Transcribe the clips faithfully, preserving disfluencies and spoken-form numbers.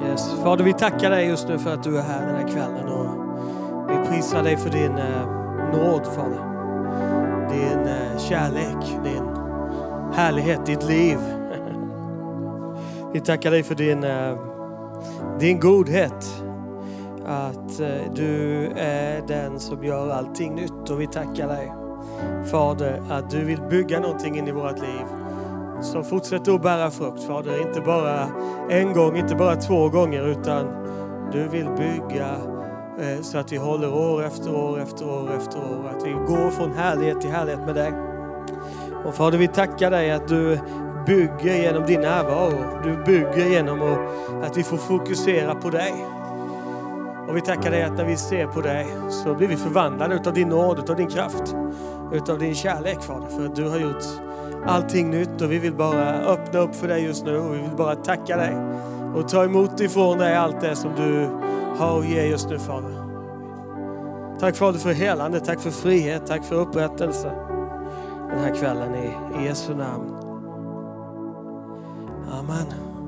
Yes. Fader, vi tackar dig just nu för att du är här den här kvällen och vi prisar dig för din eh, nåd, Fader. Din eh, kärlek, din härlighet, ditt liv. Vi tackar dig för din, eh, din godhet. Att eh, du är den som gör allting nytt, och vi tackar dig, Fader, att du vill bygga någonting in i vårt liv som fortsätter att bära frukt, Fader. Inte bara en gång, inte bara två gånger, utan du vill bygga eh, så att vi håller år efter år efter år efter år. Att vi går från härlighet till härlighet med dig. Och Fader, vi tackar dig att du bygger genom din närvaro. Du bygger genom att vi får fokusera på dig. Och vi tackar dig att när vi ser på dig så blir vi förvandlade utav din nåd, utav din kraft, utav din kärlek, Fader. För att du har gjort allting nytt och vi vill bara öppna upp för dig just nu. Och vi vill bara tacka dig och ta emot ifrån dig allt det som du har att ge just nu, Fader. Tack, Fader, för helande, tack för frihet, tack för upprättelse den här kvällen i, i Jesu namn. Amen.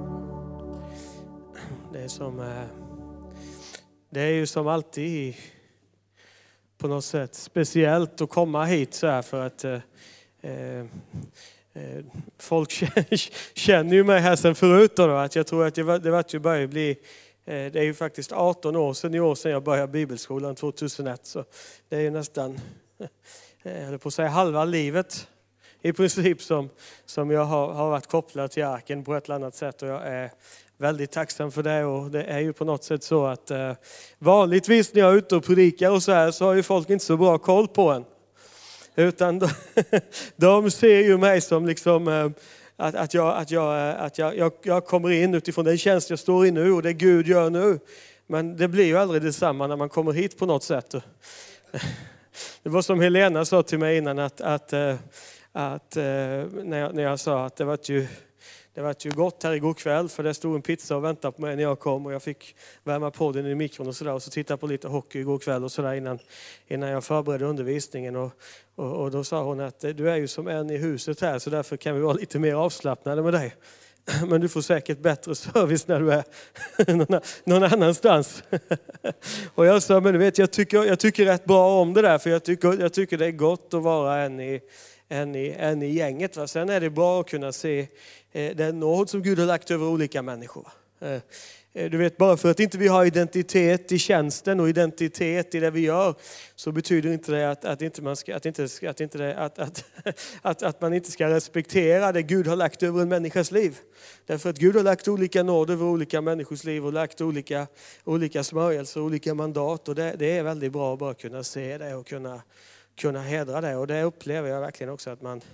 Det är som det är ju som alltid på något sätt speciellt att komma hit så här, för att Eh, eh, folk känner ju mig här sen förut då, att jag tror att det var, det var ju börjat bli eh, det är ju faktiskt arton år sedan i år sedan jag började bibelskolan tjugohundraett, så det är ju nästan jag höll på att säga halva livet i princip som, som jag har, har varit kopplad till arken på ett eller annat sätt, och jag är väldigt tacksam för det. Och det är ju på något sätt så att eh, vanligtvis när jag är ute och predikar och så här, så har ju folk inte så bra koll på en. Utan de, de ser ju mig som liksom att, att, jag, att, jag, att jag, jag, jag kommer in utifrån den tjänst jag står i nu och det Gud gör nu. Men det blir ju aldrig detsamma när man kommer hit på något sätt. Det var som Helena sa till mig innan, att, att, att när, jag, när jag sa att det var ju... Det var ju gott här igår kväll, för det stod en pizza och väntade på mig när jag kom, och jag fick värma på den i mikron och sådär, och så tittade på lite hockey igår kväll och sådär innan, innan jag förberedde undervisningen, och, och, och då sa hon att du är ju som en i huset här, så därför kan vi vara lite mer avslappnade med dig. Men du får säkert bättre service när du är någon, någon annanstans. Och jag sa, men du vet, jag tycker, jag tycker rätt bra om det där, för jag tycker, jag tycker det är gott att vara en i En i, en i gänget. Va? Sen är det bra att kunna se eh, den nåd som Gud har lagt över olika människor. Eh, du vet, bara för att inte vi har identitet i tjänsten och identitet i det vi gör, så betyder inte det att, att, inte man ska, att, inte, att, inte det, att, att, att, att man inte ska respektera det Gud har lagt över en människas liv. Därför att Gud har lagt olika nåd över olika människors liv och lagt olika, olika smörjelser, olika mandat. Och det, det är väldigt bra att bara kunna se det och kunna kunna hedra det, och det upplever jag verkligen också att man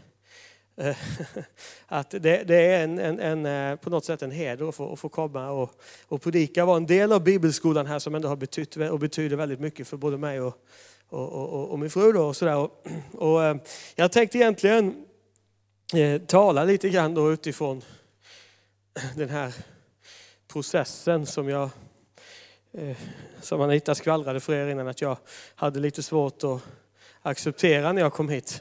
att det, det är en, en, en, på något sätt en heder att få, att få komma och, och predika, vara en del av bibelskolan här som ändå har betytt och betyder väldigt mycket för både mig och, och, och, och min fru då, och sådär. Och, och jag tänkte egentligen eh, tala lite grann då utifrån den här processen som jag eh, som Anita skvallrade för er innan, att jag hade lite svårt att acceptera när jag kom hit.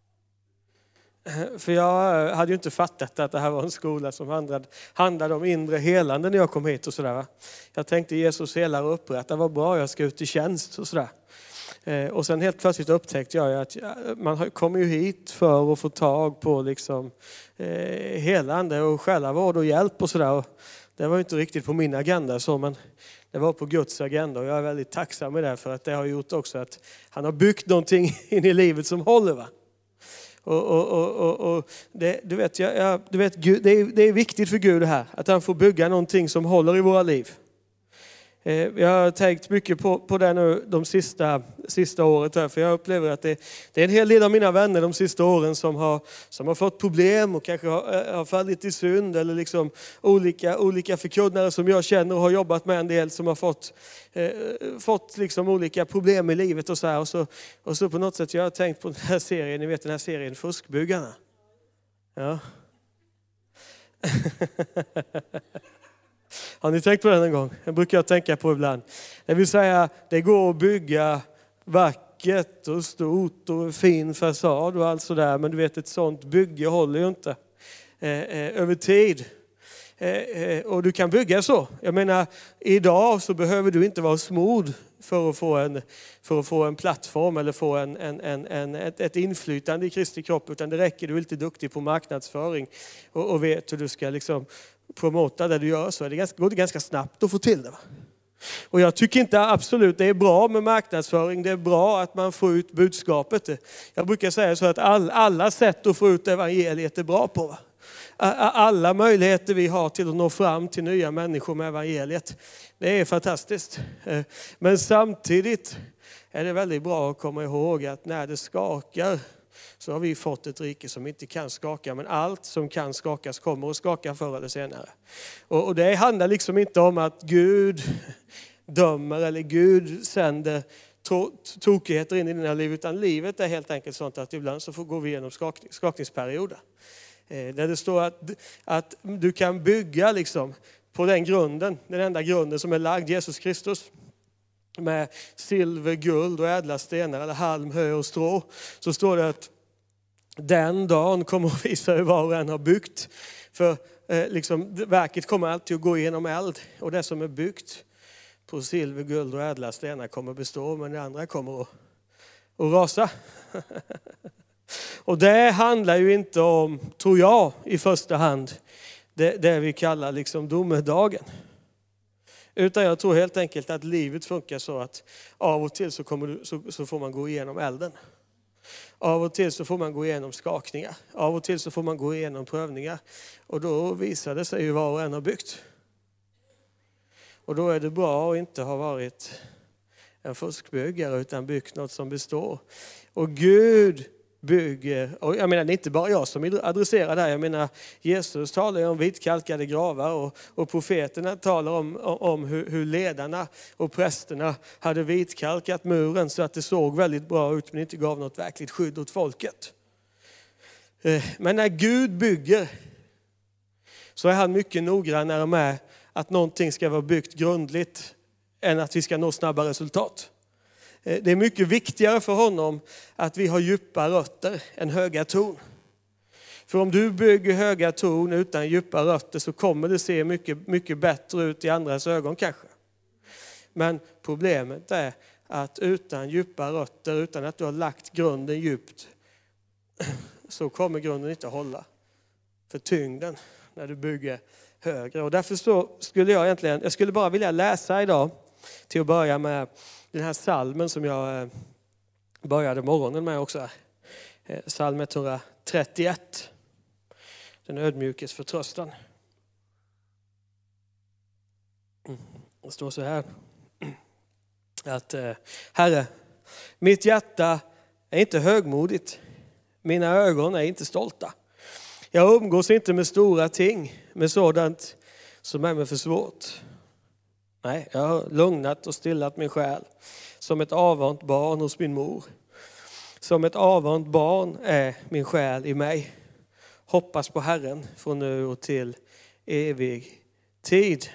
För jag hade ju inte fattat att det här var en skola som handlade, handlade om inre helande när jag kom hit och sådär. Jag tänkte Jesus helar och upprättar, vad bra, jag ska ut i tjänst och sådär. Och sen helt plötsligt upptäckte jag att man kommer ju hit för att få tag på liksom helande och själavård och hjälp och sådär. Det var ju inte riktigt på min agenda så, men det var på Guds agenda, och jag är väldigt tacksam med det, för att det har gjort också att han har byggt någonting in i livet som håller, va. Och, och, och, och det, du vet, jag, jag, du vet Gud, det, är, det är viktigt för Gud det här, att han får bygga någonting som håller i våra liv. Eh, jag har tänkt mycket på, på det nu de sista, sista året här, för jag upplever att det, det är en hel del av mina vänner de sista åren som har, som har fått problem och kanske har, har fallit i synd, eller liksom olika, olika förkunnare som jag känner och har jobbat med en del som har fått, eh, fått liksom olika problem i livet och så här. Och så, och så på något sätt jag har tänkt på den här serien, ni vet den här serien Fuskbyggarna. Ja. Har ni tänkt på den en gång? Det brukar jag tänka på ibland. Det vill säga, det går att bygga vackert och stort och fin fasad och allt sådär. Men du vet, ett sånt bygge håller ju inte eh, eh, över tid. Och du kan bygga så. Jag menar, idag så behöver du inte vara smord för att få en, för att få en plattform eller få en, en, en, en, ett, ett inflytande i Kristi kropp. Utan det räcker, du är inte duktig på marknadsföring och, och vet hur du ska liksom promota det du gör, så är det ganska, går det ganska snabbt att få till det. Va? Och jag tycker inte absolut det är bra med marknadsföring. Det är bra att man får ut budskapet. Jag brukar säga så att all, alla sätt att få ut evangeliet är bra på. Va? Alla möjligheter vi har till att nå fram till nya människor med evangeliet. Det är fantastiskt. Men samtidigt är det väldigt bra att komma ihåg att när det skakar så har vi fått ett rike som inte kan skaka. Men allt som kan skakas kommer att skaka förr eller senare. Och det handlar liksom inte om att Gud dömer eller Gud sänder tokigheter in i dina liv. Utan livet är helt enkelt sånt att ibland så får gå vi igenom skakning, skakningsperioder. Där det står att, att du kan bygga liksom på den grunden, den enda grunden som är lagd, Jesus Kristus. Med silver, guld och ädla stenar eller halm, hö och strå. Så står det att den dagen kommer att visa hur var och en har byggt. För eh, liksom, verket kommer alltid att gå igenom eld. Och det som är byggt på silver, guld och ädla stenar kommer att bestå. Men det andra kommer att, att rasa. Och det handlar ju inte om, tror jag, i första hand, det, det vi kallar liksom domedagen. Utan jag tror helt enkelt att livet funkar så att av och till så, kommer du, så, så får man gå igenom elden. Av och till så får man gå igenom skakningar. Av och till så får man gå igenom prövningar. Och då visar det sig ju vad och en har byggt. Och då är det bra att inte ha varit en fuskbyggare utan byggt något som består. Och Gud bygger, och jag menar det är inte bara jag som adresserar det här. Jag menar Jesus talar om vitkalkade gravar och, och profeterna talar om, om hur, hur ledarna och prästerna hade vitkalkat muren så att det såg väldigt bra ut men inte gav något verkligt skydd åt folket. Men när Gud bygger så är han mycket noggrannare med att någonting ska vara byggt grundligt än att vi ska nå snabba resultat. Det är mycket viktigare för honom att vi har djupa rötter än höga torn. För om du bygger höga torn utan djupa rötter så kommer det se mycket, mycket bättre ut i andras ögon kanske. Men problemet är att utan djupa rötter, utan att du har lagt grunden djupt, så kommer grunden inte att hålla för tyngden när du bygger högre. Och därför så skulle jag egentligen, jag skulle bara vilja läsa idag till att börja med den här salmen som jag började morgonen med också. Psalm etthundratrettioett. Den ödmjukes förtröstan. Det står så här. Att Herre, mitt hjärta är inte högmodigt. Mina ögon är inte stolta. Jag umgås inte med stora ting, med sådant som är mig för svårt. Nej, jag har lugnat och stillat min själ som ett avvant barn hos min mor. Som ett avvant barn är min själ i mig. Hoppas på Herren från nu och till evig tid.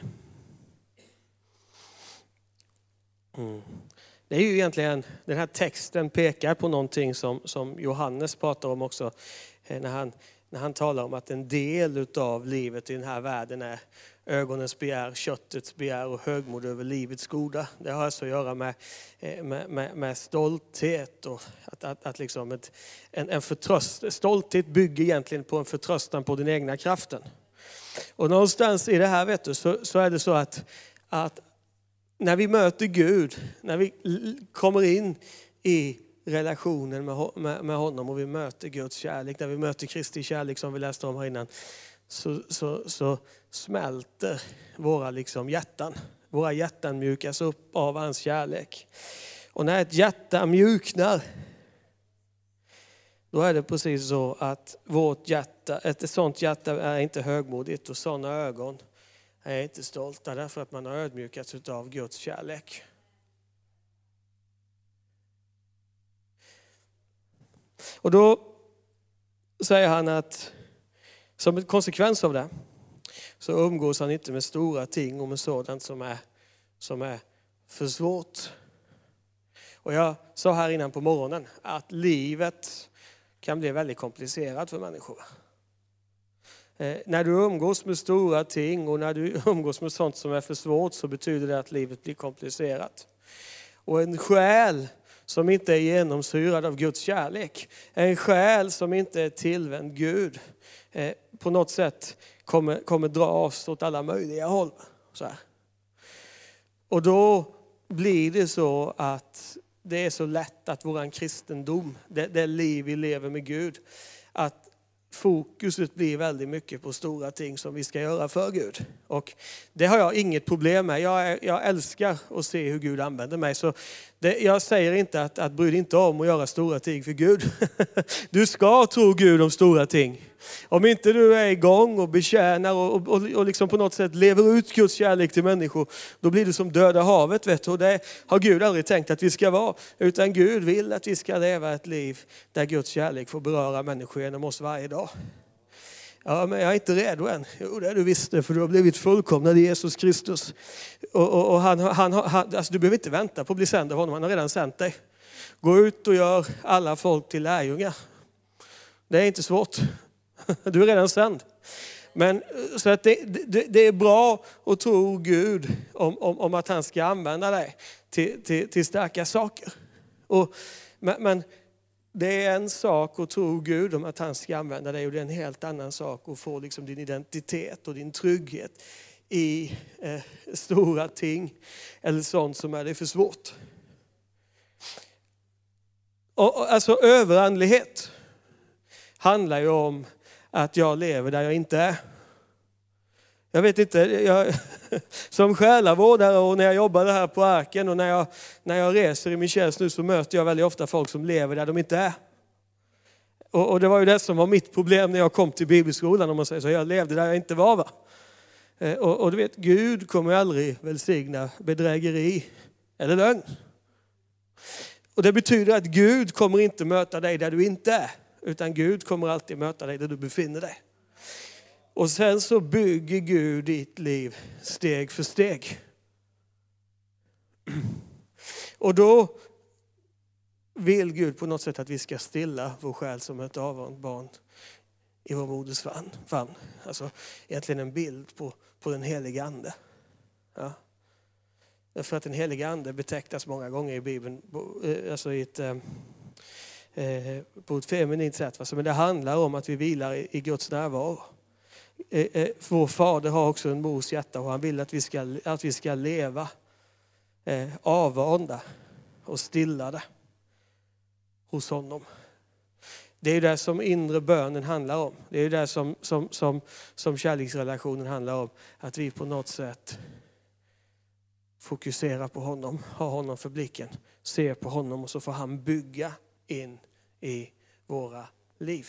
Mm. Det är ju egentligen, den här texten pekar på någonting som, som Johannes pratar om också. När han, när han talar om att en del av livet i den här världen är ögonens begär, köttets begär och högmod över livets goda. Det har alltså att göra med, med, med, med stolthet. Och att, att, att liksom ett, en, en förtröst, stolthet bygger egentligen på en förtröstan på den egna kraften. Och någonstans i det här vet du, så, så är det så att, att när vi möter Gud, när vi kommer in i relationen med, med, med honom och vi möter Guds kärlek, när vi möter Kristi kärlek som vi läste om här innan, så, så, så smälter våra liksom hjärtan. Våra hjärtan mjukas upp av hans kärlek. Och när ett hjärta mjuknar, då är det precis så att vårt hjärta, ett sånt hjärta är inte högmodigt och sådana ögon är inte stolta därför att man har ödmjukats av Guds kärlek. Och då säger han att som en konsekvens av det så umgås han inte med stora ting och med sådant som är, som är för svårt. Och jag sa här innan på morgonen att livet kan bli väldigt komplicerat för människor. Eh, när du umgås med stora ting och när du umgås med sånt som är för svårt, så betyder det att livet blir komplicerat. Och en själ som inte är genomsyrad av Guds kärlek, en själ som inte är tillvänd Gud, eh, på något sätt kommer, kommer dra oss åt alla möjliga håll. Så här. Och då blir det så att det är så lätt att våran kristendom, det, det liv vi lever med Gud, att fokuset blir väldigt mycket på stora ting som vi ska göra för Gud. Och det har jag inget problem med. Jag, är, jag älskar att se hur Gud använder mig. Så det, jag säger inte att, att bry dig inte om att göra stora ting för Gud. Du ska tro Gud om stora ting. Om inte du är igång och betjänar och, och, och liksom på något sätt lever ut Guds kärlek till människor, då blir det som döda havet. Vet du? Och det har Gud aldrig tänkt att vi ska vara. Utan Gud vill att vi ska leva ett liv där Guds kärlek får beröra människor genom oss varje dag. Ja, men jag är inte redo än. Jo, det är du visste, för du har blivit fullkomnad i Jesus Kristus. Och, och, och han, han, han, alltså du behöver inte vänta på att bli sänd av honom, han har redan sänt dig. Gå ut och gör alla folk till lärjungar. Det är inte svårt. Du är redan sänd. Men så att det, det, det är bra att tro Gud om, om, om att han ska använda dig till, till, till starka saker. Och, men, men det är en sak att tro Gud om att han ska använda dig, och det är en helt annan sak att få liksom din identitet och din trygghet i eh, stora ting eller sånt som är det för svårt. Och, och, alltså överandlighet handlar ju om att jag lever där jag inte är. Jag vet inte, jag, som själavårdare och när jag jobbade här på Arken och när jag, när jag reser i min tjänst nu, så möter jag väldigt ofta folk som lever där de inte är. Och, och det var ju det som var mitt problem när jag kom till bibelskolan, om man säger så. Jag levde där jag inte var, va? Och, och du vet, Gud kommer aldrig välsigna bedrägeri eller lögn. Och det betyder att Gud kommer inte möta dig där du inte är, utan Gud kommer alltid möta dig där du befinner dig. Och sen så bygger Gud ditt liv steg för steg. Och då vill Gud på något sätt att vi ska stilla vår själ som ett avvant barn i vår moders famn. Alltså egentligen en bild på, på den heliga ande. Ja. Därför att den heliga ande betecknas många gånger i Bibeln, alltså i ett, eh, på ett feminint sätt. Men det handlar om att vi vilar i, i Guds närvaro. Eh, eh, vår fader har också en mors hjärta, och han vill att vi ska, att vi ska leva eh, avvanda och stillade hos honom. Det är det som inre bönen handlar om. Det är det som, som, som, som kärleksrelationen handlar om. Att vi på något sätt fokuserar på honom, har honom för blicken, ser på honom, och så får han bygga in i våra liv.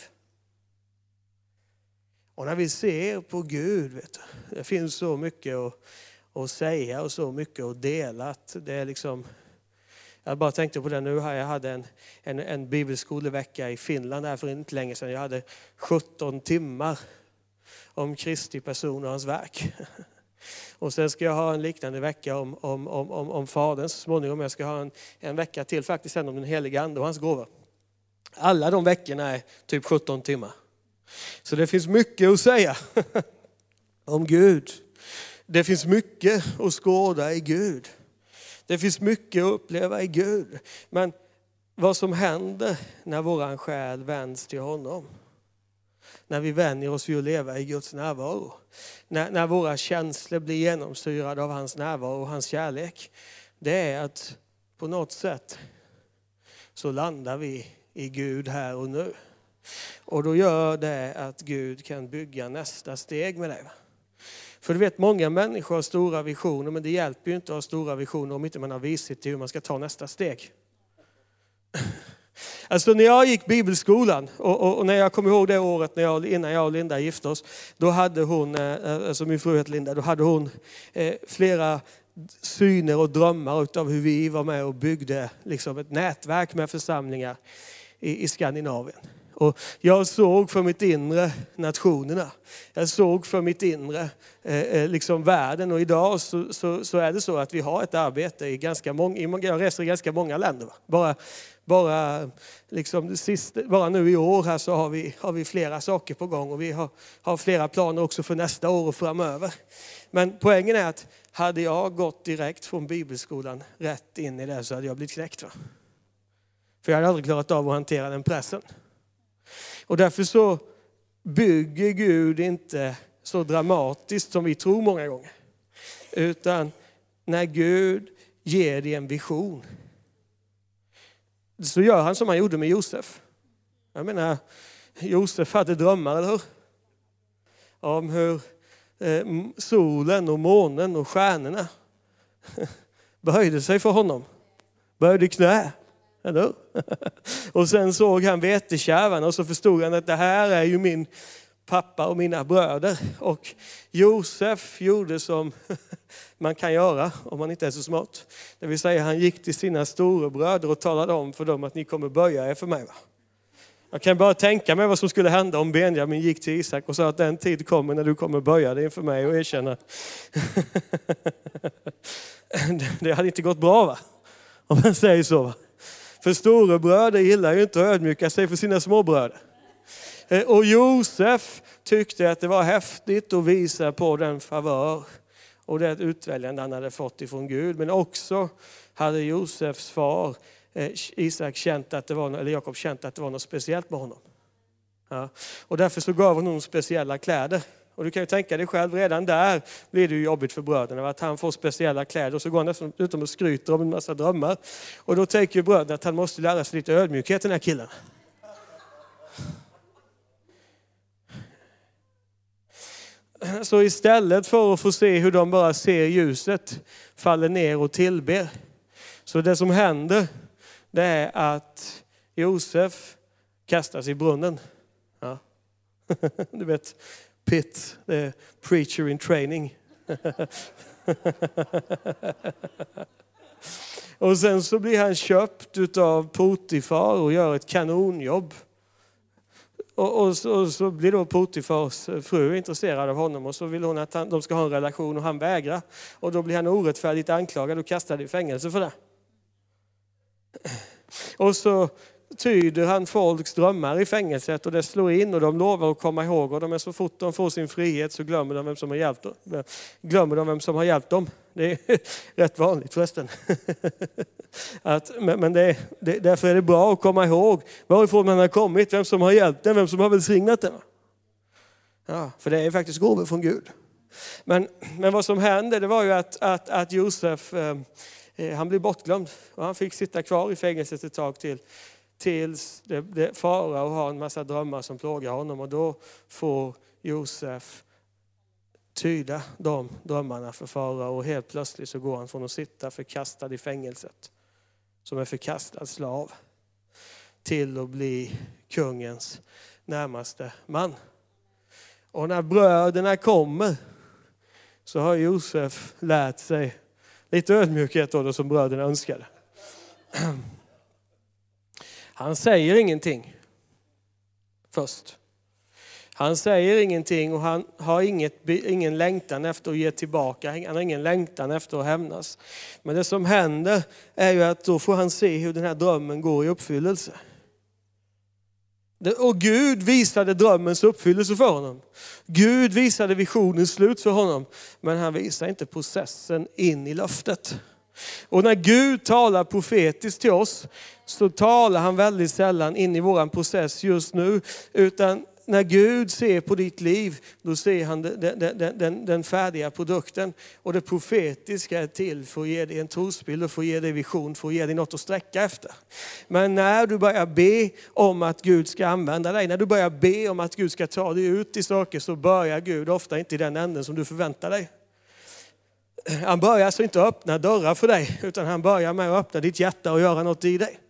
Och när vi ser på Gud, vet du, det finns så mycket att, att säga och så mycket att dela. Att det är liksom, jag bara tänkte på det nu här. Jag hade en, en, en bibelskolevecka i Finland här för inte länge sedan. Jag hade sjutton timmar om Kristi person och hans verk. Och sen ska jag ha en liknande vecka om, om, om, om, om Fadern så småningom. Jag ska ha en, en vecka till faktiskt sen om den heliga ande och hans gåvor. Alla de veckorna är typ sjutton timmar. Så det finns mycket att säga om Gud. Det finns mycket att skåda i Gud. Det finns mycket att uppleva i Gud. Men vad som händer när våran själ vänds till honom. När vi vänjer oss vid att leva i Guds närvaro. När, när våra känslor blir genomsyrade av hans närvaro och hans kärlek. Det är att på något sätt så landar vi i Gud här och nu. Och då gör det att Gud kan bygga nästa steg med dig. För du vet, många människor har stora visioner, men det hjälper ju inte att ha stora visioner om inte man har visat till hur man ska ta nästa steg. Alltså när jag gick bibelskolan och, och, och när jag kommer ihåg det året när jag, innan jag och Linda gifte oss, då hade hon, alltså min fru heter Linda, då hade hon eh, flera syner och drömmar utav hur vi var med och byggde liksom ett nätverk med församlingar i, i Skandinavien. Och jag såg för mitt inre nationerna. Jag såg för mitt inre eh, liksom världen. Och idag så, så, så är det så att vi har ett arbete i ganska många, jag reser i ganska många länder. Va? Bara, Bara, liksom, sist, bara nu i år här så har vi, har vi flera saker på gång. Och vi har, har flera planer också för nästa år och framöver. Men poängen är att hade jag gått direkt från bibelskolan rätt in i det så hade jag blivit knäckt. Va? För jag hade aldrig klarat av att hantera den pressen. Och därför så bygger Gud inte så dramatiskt som vi tror många gånger. Utan när Gud ger dig en vision så gör han som han gjorde med Josef. Jag menar, Josef hade drömmar, eller hur? Om hur eh, solen och månen och stjärnorna böjde sig för honom. Böjde knä, eller hur? Och sen såg han vetekärvan och så förstod han att det här är ju min pappa och mina bröder. Och Josef gjorde som man kan göra om man inte är så smart. Det vill säga han gick till sina storebröder och talade om för dem att ni kommer böja er för mig. Va? Jag kan bara tänka mig vad som skulle hända om Benjamin gick till Isak och sa att den tid kommer när du kommer böja dig inför mig och erkänna. Det hade inte gått bra, va? Om man säger så. Va? För storebröder gillar ju inte att ödmjuka sig för sina småbröder. Och Josef tyckte att det var häftigt att visa på den favör och det utväljande han hade fått ifrån Gud. Men också hade Josefs far Isak känt att det var, eller Jakob känt att det var något speciellt med honom. Ja. Och därför så gav honom speciella kläder. Och du kan ju tänka dig själv, redan där blir det ju jobbigt för bröderna. Att han får speciella kläder och så går han nästan utom och skryter om en massa drömmar. Och då tänker ju bröderna att han måste lära sig lite ödmjukhet, den här killen. Så istället för att få se hur de bara ser ljuset, faller ner och tillber. Så det som händer, det är att Josef kastas i brunnen. Ja. Du vet, Pitt, the preacher in training. Och sen så blir han köpt av Potifar och gör ett kanonjobb. Och, och, så, och så blir då Potifars fru intresserad av honom och så vill hon att han, de ska ha en relation och han vägrar. Och då blir han orättfärdigt anklagad och kastad i fängelse för det. Och så tyder han folks drömmar i fängelset och det slår in och de lovar att komma ihåg. Och de är så fort de får sin frihet så glömmer de vem som har hjälpt dem. Glömmer de vem som har hjälpt dem. Det är rätt vanligt förresten. Att, men men det, det, därför är det bra att komma ihåg varifrån man har kommit, vem som har hjälpt den, vem som har välsignat den. Ja, för det är faktiskt gåvor från Gud. Men, men vad som hände, det var ju att, att, att Josef, eh, han blev bortglömd. Och han fick sitta kvar i fängelset ett tag till. Tills det, det farao har en massa drömmar som plågar honom. Och då får Josef tyda de drömmarna för farao. Och helt plötsligt så går han från att sitta förkastad i fängelset. Som en förkastad slav. Till att bli kungens närmaste man. Och när bröderna kommer så har Josef lärt sig lite ödmjukhet då, som bröderna önskade. Han säger ingenting först. Han säger ingenting och han har inget, ingen längtan efter att ge tillbaka. Han har ingen längtan efter att hämnas. Men det som händer är ju att då får han se hur den här drömmen går i uppfyllelse. Och Gud visade drömmens uppfyllelse för honom. Gud visade visionens slut för honom. Men han visar inte processen in i löftet. Och när Gud talar profetiskt till oss så talar han väldigt sällan in i våran process just nu. Utan när Gud ser på ditt liv, då ser han den, den, den, den färdiga produkten. Och det profetiska är till för att ge dig en trosbild och för att ge dig vision, för att ge dig något att sträcka efter. Men när du börjar be om att Gud ska använda dig, när du börjar be om att Gud ska ta dig ut i saker, så börjar Gud ofta inte i den änden som du förväntar dig. Han börjar alltså inte öppna dörrar för dig, utan han börjar med att öppna ditt hjärta och göra något i dig.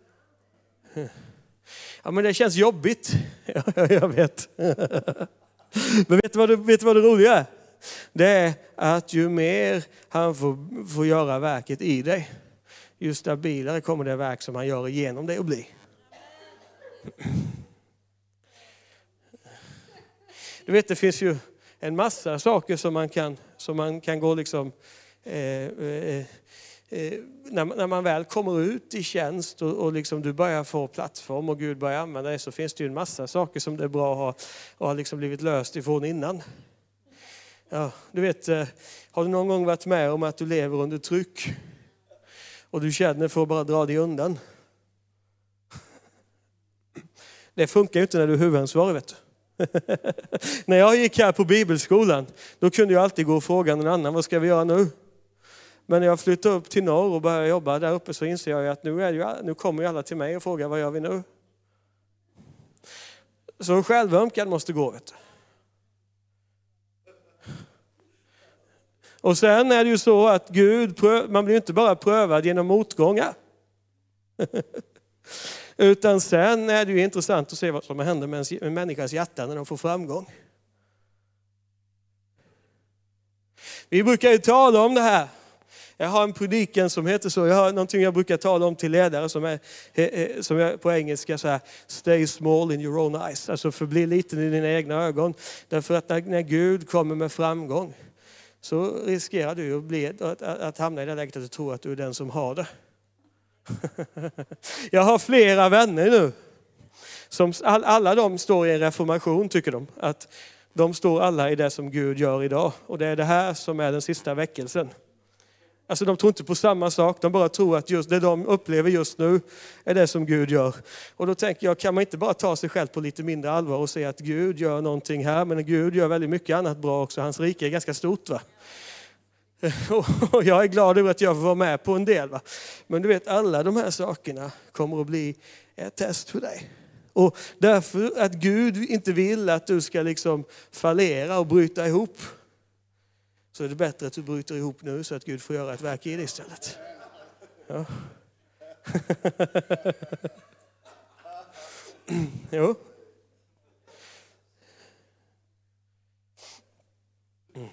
Ja, men det känns jobbigt. Ja, jag vet. Men vet du vad det, vet du vad det roliga är? Det är att ju mer han får, får göra verket i dig, ju stabilare kommer det verk som han gör igenom dig att bli. Du vet, det finns ju en massa saker som man kan, som man kan gå liksom... Eh, eh, eh, när, när man väl kommer ut i tjänst och, och liksom du börjar få plattform och Gud börjar använda dig, så finns det ju en massa saker som det är bra att ha och har liksom blivit löst ifrån innan. Ja, du vet, eh, har du någon gång varit med om att du lever under tryck och du känner för att bara dra dig undan? Det funkar ju inte när du är huvudansvarig, vet du. När jag gick här på bibelskolan, då kunde jag alltid gå och fråga någon annan, vad ska vi göra nu? Men när jag flyttade upp till norr och började jobba där uppe, så inser jag att nu, är ju, nu kommer ju alla till mig och frågar, vad gör vi nu? Så självömkan måste gå, vet du. Och sen är det ju så att Gud, man blir inte bara prövad genom motgångar. Utan sen är det ju intressant att se vad som händer med en människas hjärta när de får framgång. Vi brukar ju tala om det här. Jag har en predikan som heter så. Jag har någonting jag brukar tala om till ledare som är, som är på engelska så här: stay small in your own eyes. Alltså förbli liten i dina egna ögon. Därför att när, när Gud kommer med framgång, så riskerar du att, bli, att, att hamna i det läget att du tror att du är den som har det. Jag har flera vänner nu. Som alla de står i en reformation, tycker de. Att de står alla i det som Gud gör idag. Och det är det här som är den sista väckelsen. Alltså de tror inte på samma sak. De bara tror att just det de upplever just nu är det som Gud gör. Och då tänker jag, kan man inte bara ta sig själv på lite mindre allvar och säga att Gud gör någonting här. Men Gud gör väldigt mycket annat bra också. Hans rike är ganska stort, va? Och jag är glad över att jag får vara med på en del, va? Men du vet, alla de här sakerna kommer att bli ett test för dig. Och därför att Gud inte vill att du ska liksom fallera och bryta ihop, så är det bättre att du bryter ihop nu så att Gud får göra ett verk i det istället. Ja. Jo. Mm.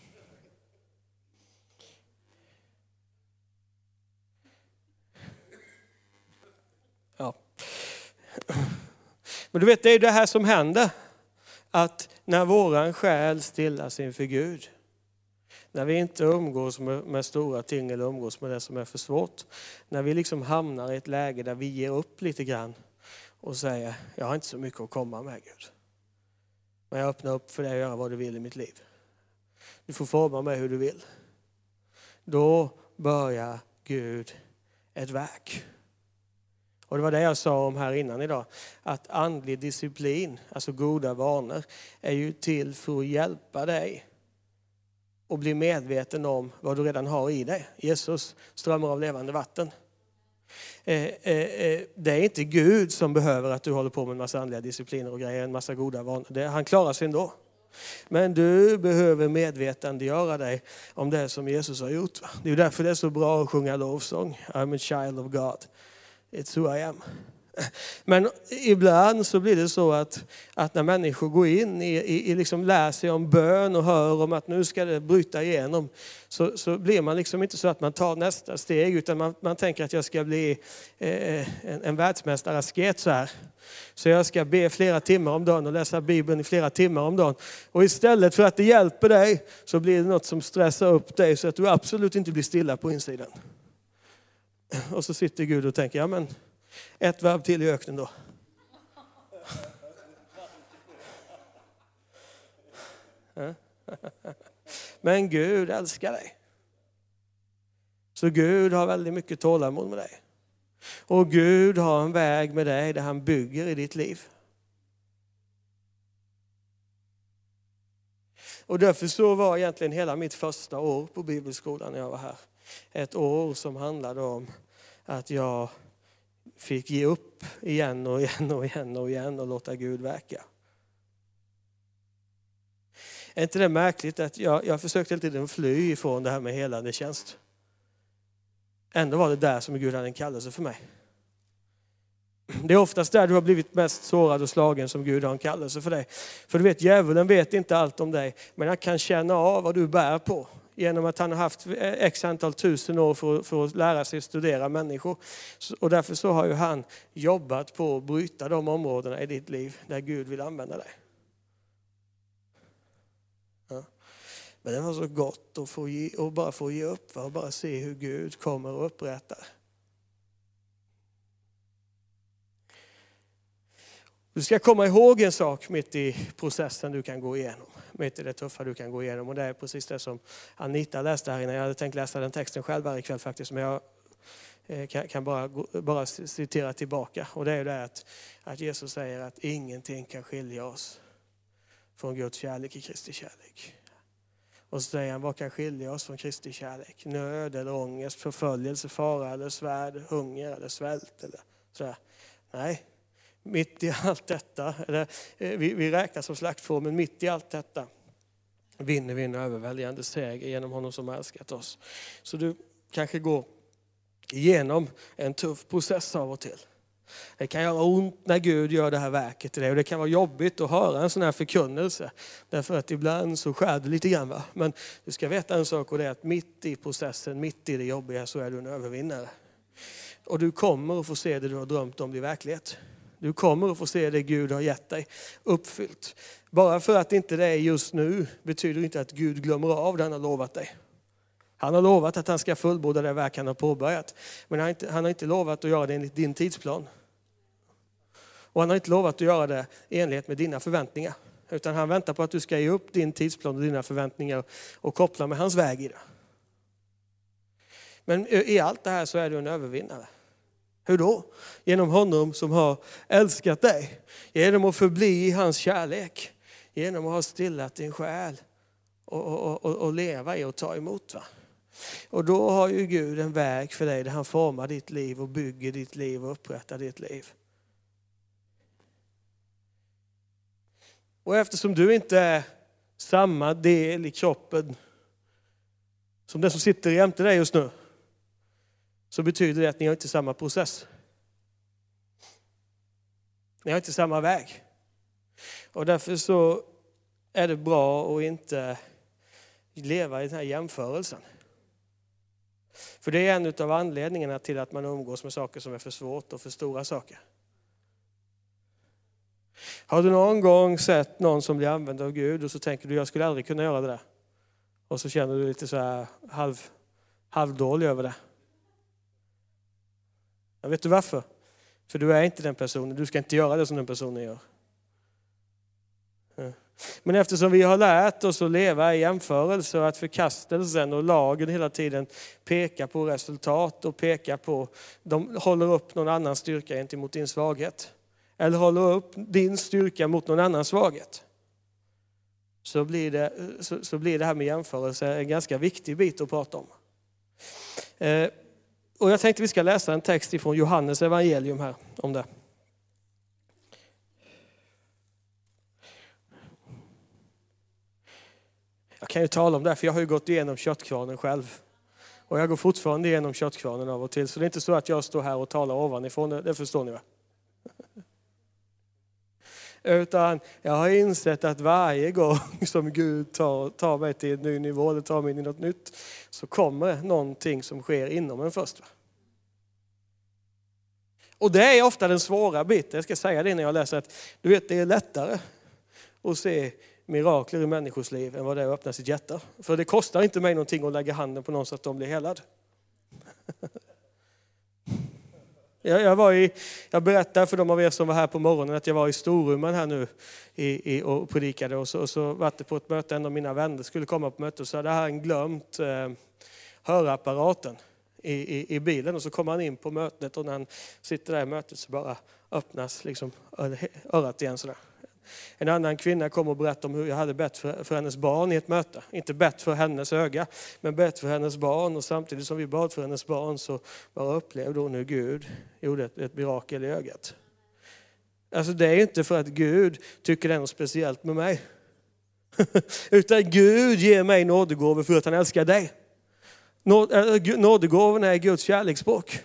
Ja. Men du vet, det är det här som händer. Att när våran själ stillas inför Gud, när vi inte umgås med, med stora ting eller umgås med det som är för svårt, när vi liksom hamnar i ett läge där vi ger upp lite grann och säger, jag har inte så mycket att komma med, Gud. Men jag öppnar upp för dig och göra vad du vill i mitt liv. Du får forma mig hur du vill. Då börjar Gud ett verk. Och det var det jag sa om här innan idag. Att andlig disciplin, alltså goda vanor, är ju till för att hjälpa dig och bli medveten om vad du redan har i dig. Jesus, strömmar av levande vatten. Eh, eh, eh, det är inte Gud som behöver att du håller på med en massa andliga discipliner och grejer, en massa goda vanor. Det, han klarar sig ändå. Men du behöver medvetandegöra dig om det som Jesus har gjort. Det är ju därför det är så bra att sjunga lovsång. I'm a child of God. It's who I am. Men ibland så blir det så att, att när människor går in i, i, i liksom lär sig om bön och hör om att nu ska det bryta igenom, så, så blir man liksom inte så att man tar nästa steg, utan man, man tänker att jag ska bli eh, en, en världsmästarasket så här. Så jag ska be flera timmar om dagen och läsa Bibeln i flera timmar om dagen. Och istället för att det hjälper dig, så blir det något som stressar upp dig så att du absolut inte blir stilla på insidan. Och så sitter Gud och tänker, ja men ett varv till i öknen då. Men Gud älskar dig. Så Gud har väldigt mycket tålamod med dig. Och Gud har en väg med dig där han bygger i ditt liv. Och därför så var egentligen hela mitt första år på bibelskolan när jag var här ett år som handlade om att jag fick ge upp igen och igen och igen och igen och låta Gud verka. Är inte det märkligt att jag, jag försökte hela tiden fly ifrån det här med helande tjänst. Ändå var det där som Gud hade en kallelse för mig. Det är oftast där du har blivit mest sårad och slagen som Gud har en kallelse för dig. För du vet, djävulen vet inte allt om dig, men han kan känna av vad du bär på. Genom att han har haft x antal tusen år för, för att lära sig studera människor. Och därför så har ju han jobbat på att bryta de områdena i ditt liv där Gud vill använda dig. Ja. Men det var så gott att, få ge, att bara få ge upp och bara se hur Gud kommer och upprättar. Du ska komma ihåg en sak mitt i processen du kan gå igenom. Mitt i det tuffa du kan gå igenom. Och det är precis det som Anita läste här innan. Jag hade tänkt läsa den texten själv här ikväll faktiskt. Men jag kan, kan bara, bara citera tillbaka. Och det är det att, att Jesus säger att ingenting kan skilja oss från Guds kärlek i Kristi kärlek. Och så säger han, vad kan skilja oss från Kristi kärlek? Nöd eller ångest, förföljelse, fara eller svärd, hunger eller svält eller sådär. Nej. Mitt i allt detta, eller, vi, vi räknas som slaktfår, men mitt i allt detta vinner vi en överväldigande seger genom honom som har älskat oss. Så du kanske går igenom en tuff process av och till. Det kan göra ont när Gud gör det här verket till dig, och det kan vara jobbigt att höra en sån här förkunnelse. Därför att ibland så skär det lite grann. Va? Men du ska veta en sak, och det är att mitt i processen, mitt i det jobbiga, så är du en övervinnare. Och du kommer att få se det du har drömt om bli verklighet. Du kommer att få se det Gud har gett dig uppfyllt. Bara för att inte det är just nu betyder inte att Gud glömmer av det han har lovat dig. Han har lovat att han ska fullborda det verk han har påbörjat. Men han har inte, han har inte lovat att göra det enligt din tidsplan. Och han har inte lovat att göra det i enlighet med dina förväntningar. Utan han väntar på att du ska ge upp din tidsplan och dina förväntningar och koppla med hans väg i det. Men i allt det här så är du en övervinnare. Hur då? Genom honom som har älskat dig. Genom att förbli i hans kärlek. Genom att ha stillat din själ. Och, och, och, och leva i och ta emot. Va? Och då har ju Gud en väg för dig där han formar ditt liv och bygger ditt liv och upprättar ditt liv. Och eftersom du inte är samma del i kroppen som den som sitter jämte dig just nu, så betyder det att ni har inte samma process. Ni har inte samma väg. Och därför så är det bra att inte leva i den här jämförelsen. För det är en av anledningarna till att man umgås med saker som är för svårt och för stora saker. Har du någon gång sett någon som blir använd av Gud och så tänker du, jag skulle aldrig kunna göra det där. Och så känner du lite så här halv, halvdålig över det. Jag vet du varför? För du är inte den personen. Du ska inte göra det som den personen gör. Ja. Men eftersom vi har lärt oss att leva i jämförelse och att förkastelsen och lagen hela tiden pekar på resultat och pekar på, de håller upp någon annan styrka gentemot din svaghet. Eller håller upp din styrka mot någon annan svaghet. Så blir det, så, så blir det här med jämförelse en ganska viktig bit att prata om. Eh, Och jag tänkte vi ska läsa en text ifrån Johannes evangelium här om det. Jag kan ju tala om det, för jag har ju gått igenom köttkvarnen själv. Och jag går fortfarande igenom köttkvarnen av och till. Så det är inte så att jag står här och talar ovanifrån, det förstår ni va? Utan jag har insett att varje gång som Gud tar, tar mig till en ny nivå eller tar mig in i något nytt, så kommer någonting som sker inom en först. Va? Och det är ofta den svåra biten. Jag ska säga det när jag läser att du vet, det är lättare att se mirakler i människors liv än vad det är att öppna sitt hjärta. För det kostar inte mig någonting att lägga handen på någon så att de blir helad. Jag, jag, var i, jag berättade för de av er som var här på morgonen att jag var i Storuman här nu i, i, och predikade. Och så, och så var det på ett möte, en av mina vänner skulle komma på möte och så hade han glömt eh, hörapparaten i, i, i bilen. Och så kom han in på mötet och när han sitter där i mötet så bara öppnas liksom örat igen sådär. En annan kvinna kom och berättade om hur jag hade bett för, för hennes barn i ett möte. Inte bett för hennes öga, men bett för hennes barn. Och samtidigt som vi bad för hennes barn så bara upplevde hon hur Gud gjorde ett, ett mirakel i ögat. Alltså det är inte för att Gud tycker det är något speciellt med mig. Utan Gud ger mig nådegåvor för att han älskar dig. Nådegåvorna är Guds kärleksspråk.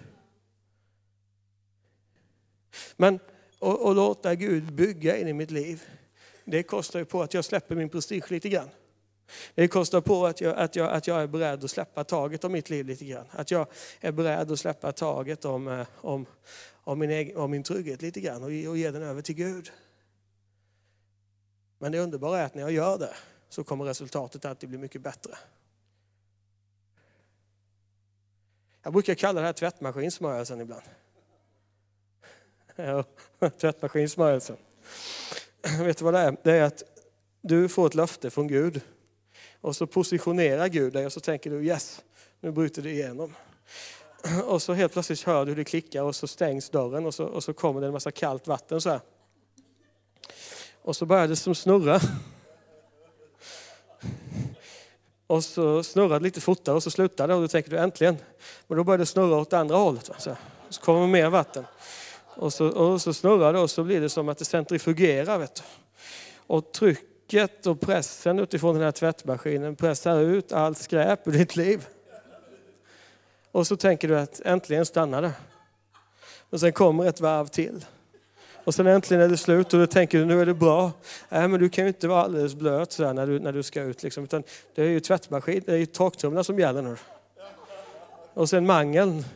Men Och, och låta Gud bygga in i mitt liv. Det kostar ju på att jag släpper min prestige lite grann. Det kostar på att jag, att jag, att jag är beredd att släppa taget om mitt liv lite grann. Att jag är beredd att släppa taget om, om, om, min, egen, om min trygghet lite grann. Och, och ge den över till Gud. Men det underbara är att när jag gör det så kommer resultatet alltid bli mycket bättre. Jag brukar kalla det här tvättmaskinsmörelsen ibland. Ja, tvättmaskinsmörelsen. Vet du vad det är? Det är att du får ett löfte från Gud. Och så positionerar Gud dig och så tänker du, yes, nu bryter det igenom. Och så helt plötsligt hör du hur det klickar och så stängs dörren och så, och så kommer det en massa kallt vatten så här. Och så börjar det som snurra. Och så snurrar det lite fortare och så slutar det och då tänker du äntligen. Men då börjar det snurra åt andra hållet. Va? Så, så kommer mer vatten. Och så, och så snurrar det och så blir det som att det centrifugerar. Vet du. Och trycket och pressen utifrån den här tvättmaskinen pressar ut allt skräp ur ditt liv. Och så tänker du att äntligen stannar det. Och sen kommer ett varv till. Och sen äntligen är det slut och då tänker du nu är det bra. Nej, men du kan ju inte vara alldeles blöt så här när du, när du ska ut. Liksom. Utan det är ju tvättmaskin, det är ju torktumlar som gäller nu. Och sen mangeln.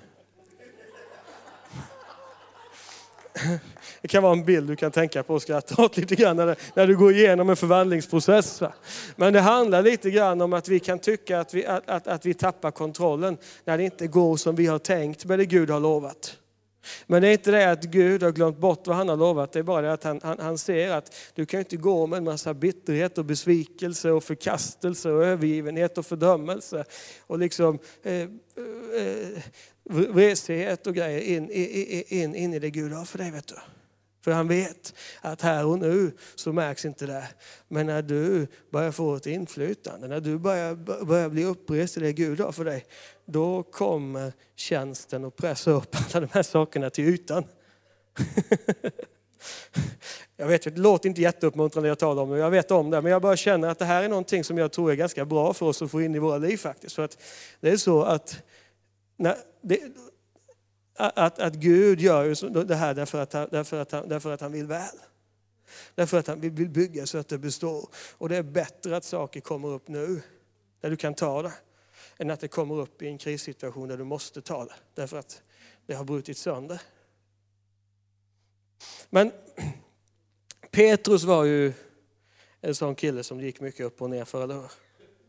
Det kan vara en bild du kan tänka på och skratta åt lite grann när, när du går igenom en förvandlingsprocess. Va? Men det handlar lite grann om att vi kan tycka att vi, att, att, att vi tappar kontrollen när det inte går som vi har tänkt med det Gud har lovat. Men det är inte det att Gud har glömt bort vad han har lovat. Det är bara det att han, han, han ser att du kan inte gå med en massa bitterhet och besvikelse och förkastelse och övergivenhet och fördömelse. Och liksom eh, eh, vresighet och grejer in, in, in, in i det Gud har för dig, vet du. För han vet att här och nu så märks inte det. Men när du börjar få ett inflytande, när du börjar, börjar bli upprest i det Gud har för dig, då kommer tjänsten att pressa upp alla de här sakerna till ytan. Jag vet, det låter inte jätteuppmuntrande när jag talar om det. Jag vet om det, men jag bara känner att det här är någonting som jag tror är ganska bra för oss att få in i våra liv faktiskt. För att det är så att när det, Att, att Gud gör ju det här därför att, därför, att han, därför att han vill väl. Därför att han vill bygga så att det består. Och det är bättre att saker kommer upp nu, där du kan ta det, än att det kommer upp i en krissituation där du måste ta det. Därför att det har brutit sönder. Men Petrus var ju en sån kille som gick mycket upp och ner för, eller hur?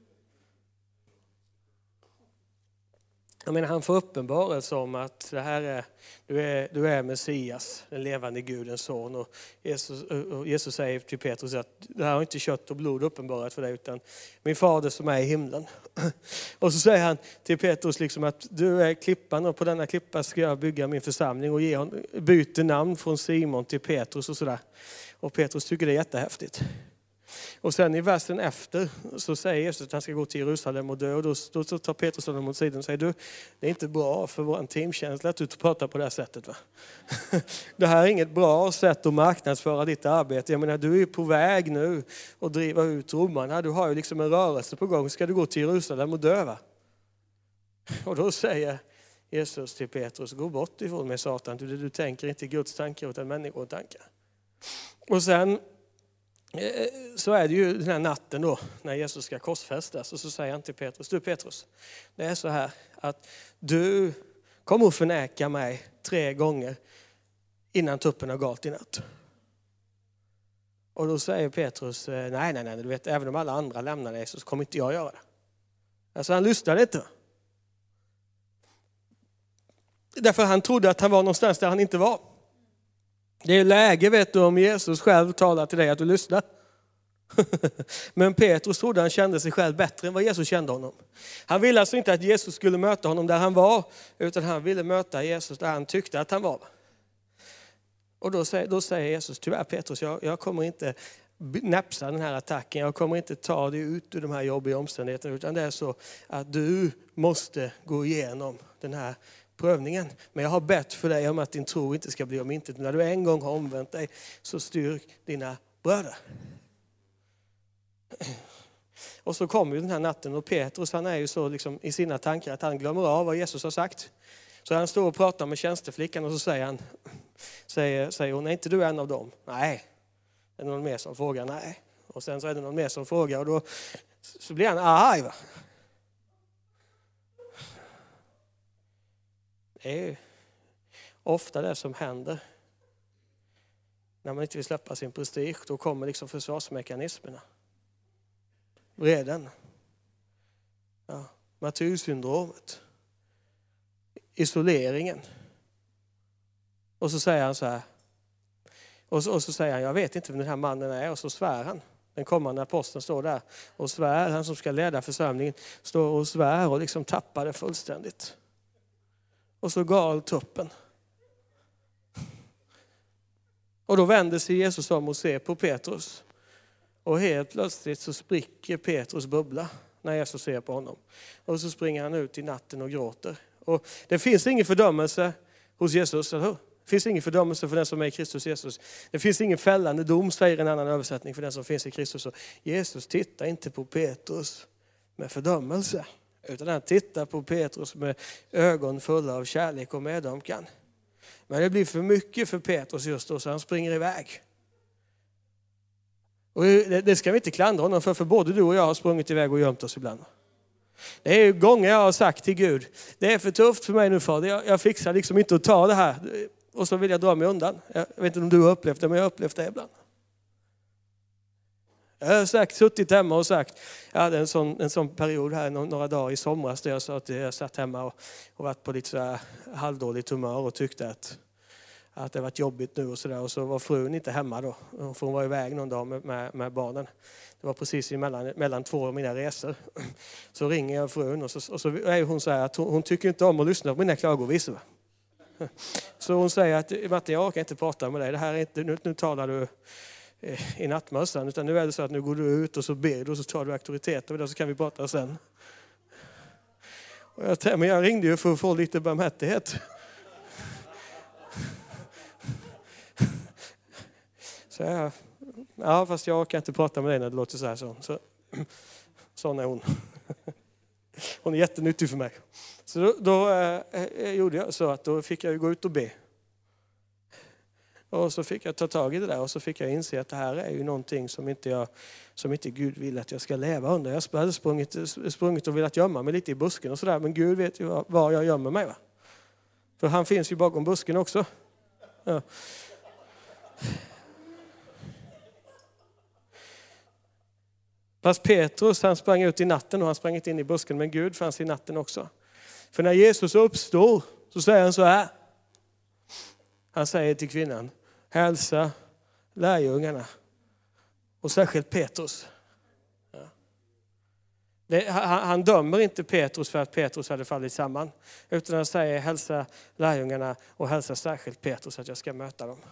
Jag menar, han får uppenbarelse om att det här är, du är, du är Messias, den levande Gudens son. Och Jesus, och Jesus säger till Petrus att det här har inte kött och blod uppenbarat för dig, utan min fader som är i himlen. Och så säger han till Petrus liksom att du är klippan och på denna klippa ska jag bygga min församling och ge hon, byter namn från Simon till Petrus och sådär. Och Petrus tycker det är jättehäftigt. Och sen i versen efter så säger Jesus att han ska gå till Jerusalem och dö. Och då, då tar Petrus honom mot sidan och säger, du, det är inte bra för vår teamkänsla att du pratar på det här sättet. Va? Det här är inget bra sätt att marknadsföra ditt arbete. Jag menar, du är ju på väg nu att driva ut romarna. Du har ju liksom en rörelse på gång. Ska du gå till Jerusalem och dö, va? Och då säger Jesus till Petrus, gå bort ifrån mig Satan. Du, du tänker inte Guds tankar utan människotankar. Och sen så är det ju den här natten då när Jesus ska korsfästas och så säger han till Petrus, du Petrus, det är så här att du kommer att förneka mig tre gånger innan tuppen har galt i natt. Och då säger Petrus, nej nej nej, du vet, även om alla andra lämnar dig så kommer inte jag göra det. Alltså han lyssnade inte. Därför han trodde att han var någonstans där han inte var. Det är läge, vet du, om Jesus själv talar till dig att du lyssnar. Men Petrus trodde han kände sig själv bättre än vad Jesus kände honom. Han ville alltså inte att Jesus skulle möta honom där han var, utan han ville möta Jesus där han tyckte att han var. Och då säger, då säger Jesus, tyvärr Petrus, jag, jag kommer inte näpsa den här attacken. Jag kommer inte ta dig ut ur de här jobbiga omständigheterna, utan det är så att du måste gå igenom den här prövningen. Men jag har bett för dig om att din tro inte ska bli omintet. När du en gång har omvänt dig så styrk dina bröder. Och så kommer ju den här natten och Petrus, han är ju så liksom i sina tankar att han glömmer av vad Jesus har sagt. Så han står och pratar med tjänsteflickan och så säger han, säger, säger hon, är inte du en av dem? Nej. Är det någon mer som frågar? Nej. Och sen så är det någon mer som frågar och då så blir han arg, va? Det är ju ofta det som händer. När man inte vill släppa sin prestige, då kommer liksom försvarsmekanismerna. vreden. Ja, martyrsyndromet. Isoleringen. Och så säger han så här. Och så, och så säger han, jag vet inte vem den här mannen är. Och så svär han. Den kommande aposteln står där och svär. Han som ska leda församlingen står och svär och liksom tappar det fullständigt. Och så gal tuppen. Och då vänder sig Jesus om och ser på Petrus. Och helt plötsligt så spricker Petrus bubbla när Jesus ser på honom. Och så springer han ut i natten och gråter. Och det finns ingen fördömelse hos Jesus, eller hur? Det finns ingen fördömelse för den som är i Kristus Jesus. Det finns ingen fällande dom, säger en annan översättning, för den som finns i Kristus. Så Jesus tittar inte på Petrus med fördömelse, utan han tittar på Petrus med ögon fulla av kärlek och medömkan. Men det blir för mycket för Petrus just då, så han springer iväg. Och det ska vi inte klandra honom för, för både du och jag har sprungit iväg och gömt oss ibland. Det är gånger jag har sagt till Gud, det är för tufft för mig nu, Fader. Jag, jag fixar liksom inte att ta det här. Och så vill jag dra mig undan. Jag vet inte om du har upplevt det, men jag har upplevt det ibland. Jag har sagt, suttit hemma och sagt, jag hade en sån, en sån period här några dagar i somras där jag sa att jag satt hemma och, och varit på lite så här halvdåligt humör och tyckte att, att det varit jobbigt nu och sådär. Och så var frun inte hemma då, för hon var iväg någon dag med, med, med barnen. Det var precis mellan, mellan två av mina resor. Så ringer jag frun och så, och så är hon så här att hon, hon tycker inte om att lyssna på mina klagovisor. Så hon säger att Martin, jag orkar inte prata med dig. Det här är inte, nu, nu talar du i nattmössan, utan nu är det så att nu går du ut och så ber du och så tar du auktoritet och så kan vi prata sen. Och jag, men jag ringde ju för att få lite barmhärtighet. Så jag, ja, fast jag orkar inte prata med dig när det låter så här. Så, så, sån är hon. Hon är jättenyttig för mig. Så då, då eh, gjorde jag så att då fick jag gå ut och be. Och så fick jag ta tag i det där och så fick jag inse att det här är ju någonting som inte, jag, som inte Gud vill att jag ska leva under. Jag hade sprungit, sprungit och velat gömma mig lite i busken och sådär, men Gud vet ju var jag gömmer mig, va? För han finns ju bakom busken också. Ja. Fast Petrus, han sprang ut i natten och han sprang inte in i busken, men Gud fanns i natten också. För när Jesus uppstår så säger han så här. Han säger till kvinnan, hälsa lärjungarna och särskilt Petrus. Ja. Det, han, han dömer inte Petrus för att Petrus hade fallit samman, utan han säger hälsa lärjungarna och hälsa särskilt Petrus att jag ska möta dem.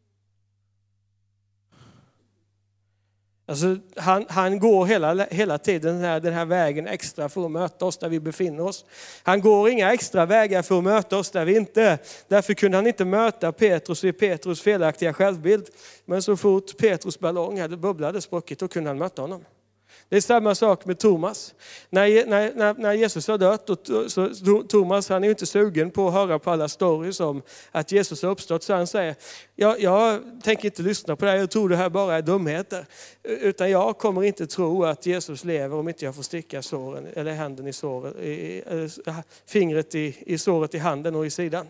Alltså, han, han går hela, hela tiden den här, den här vägen extra för att möta oss där vi befinner oss. Han går inga extra vägar för att möta oss där vi inte. Därför kunde han inte möta Petrus i Petrus felaktiga självbild. Men så fort Petrus ballong hade bubblade språket, då kunde han möta honom. Det är samma sak med Thomas. När, när, när Jesus har dött, och, så Thomas, han är ju inte sugen på att höra på alla stories om att Jesus har uppstått. Så han säger, jag, jag tänker inte lyssna på det här, jag tror det här bara är dumheter. Utan jag kommer inte tro att Jesus lever om inte jag får sticka såren, eller handen i såret, i, eller fingret i, i såret i handen och i sidan.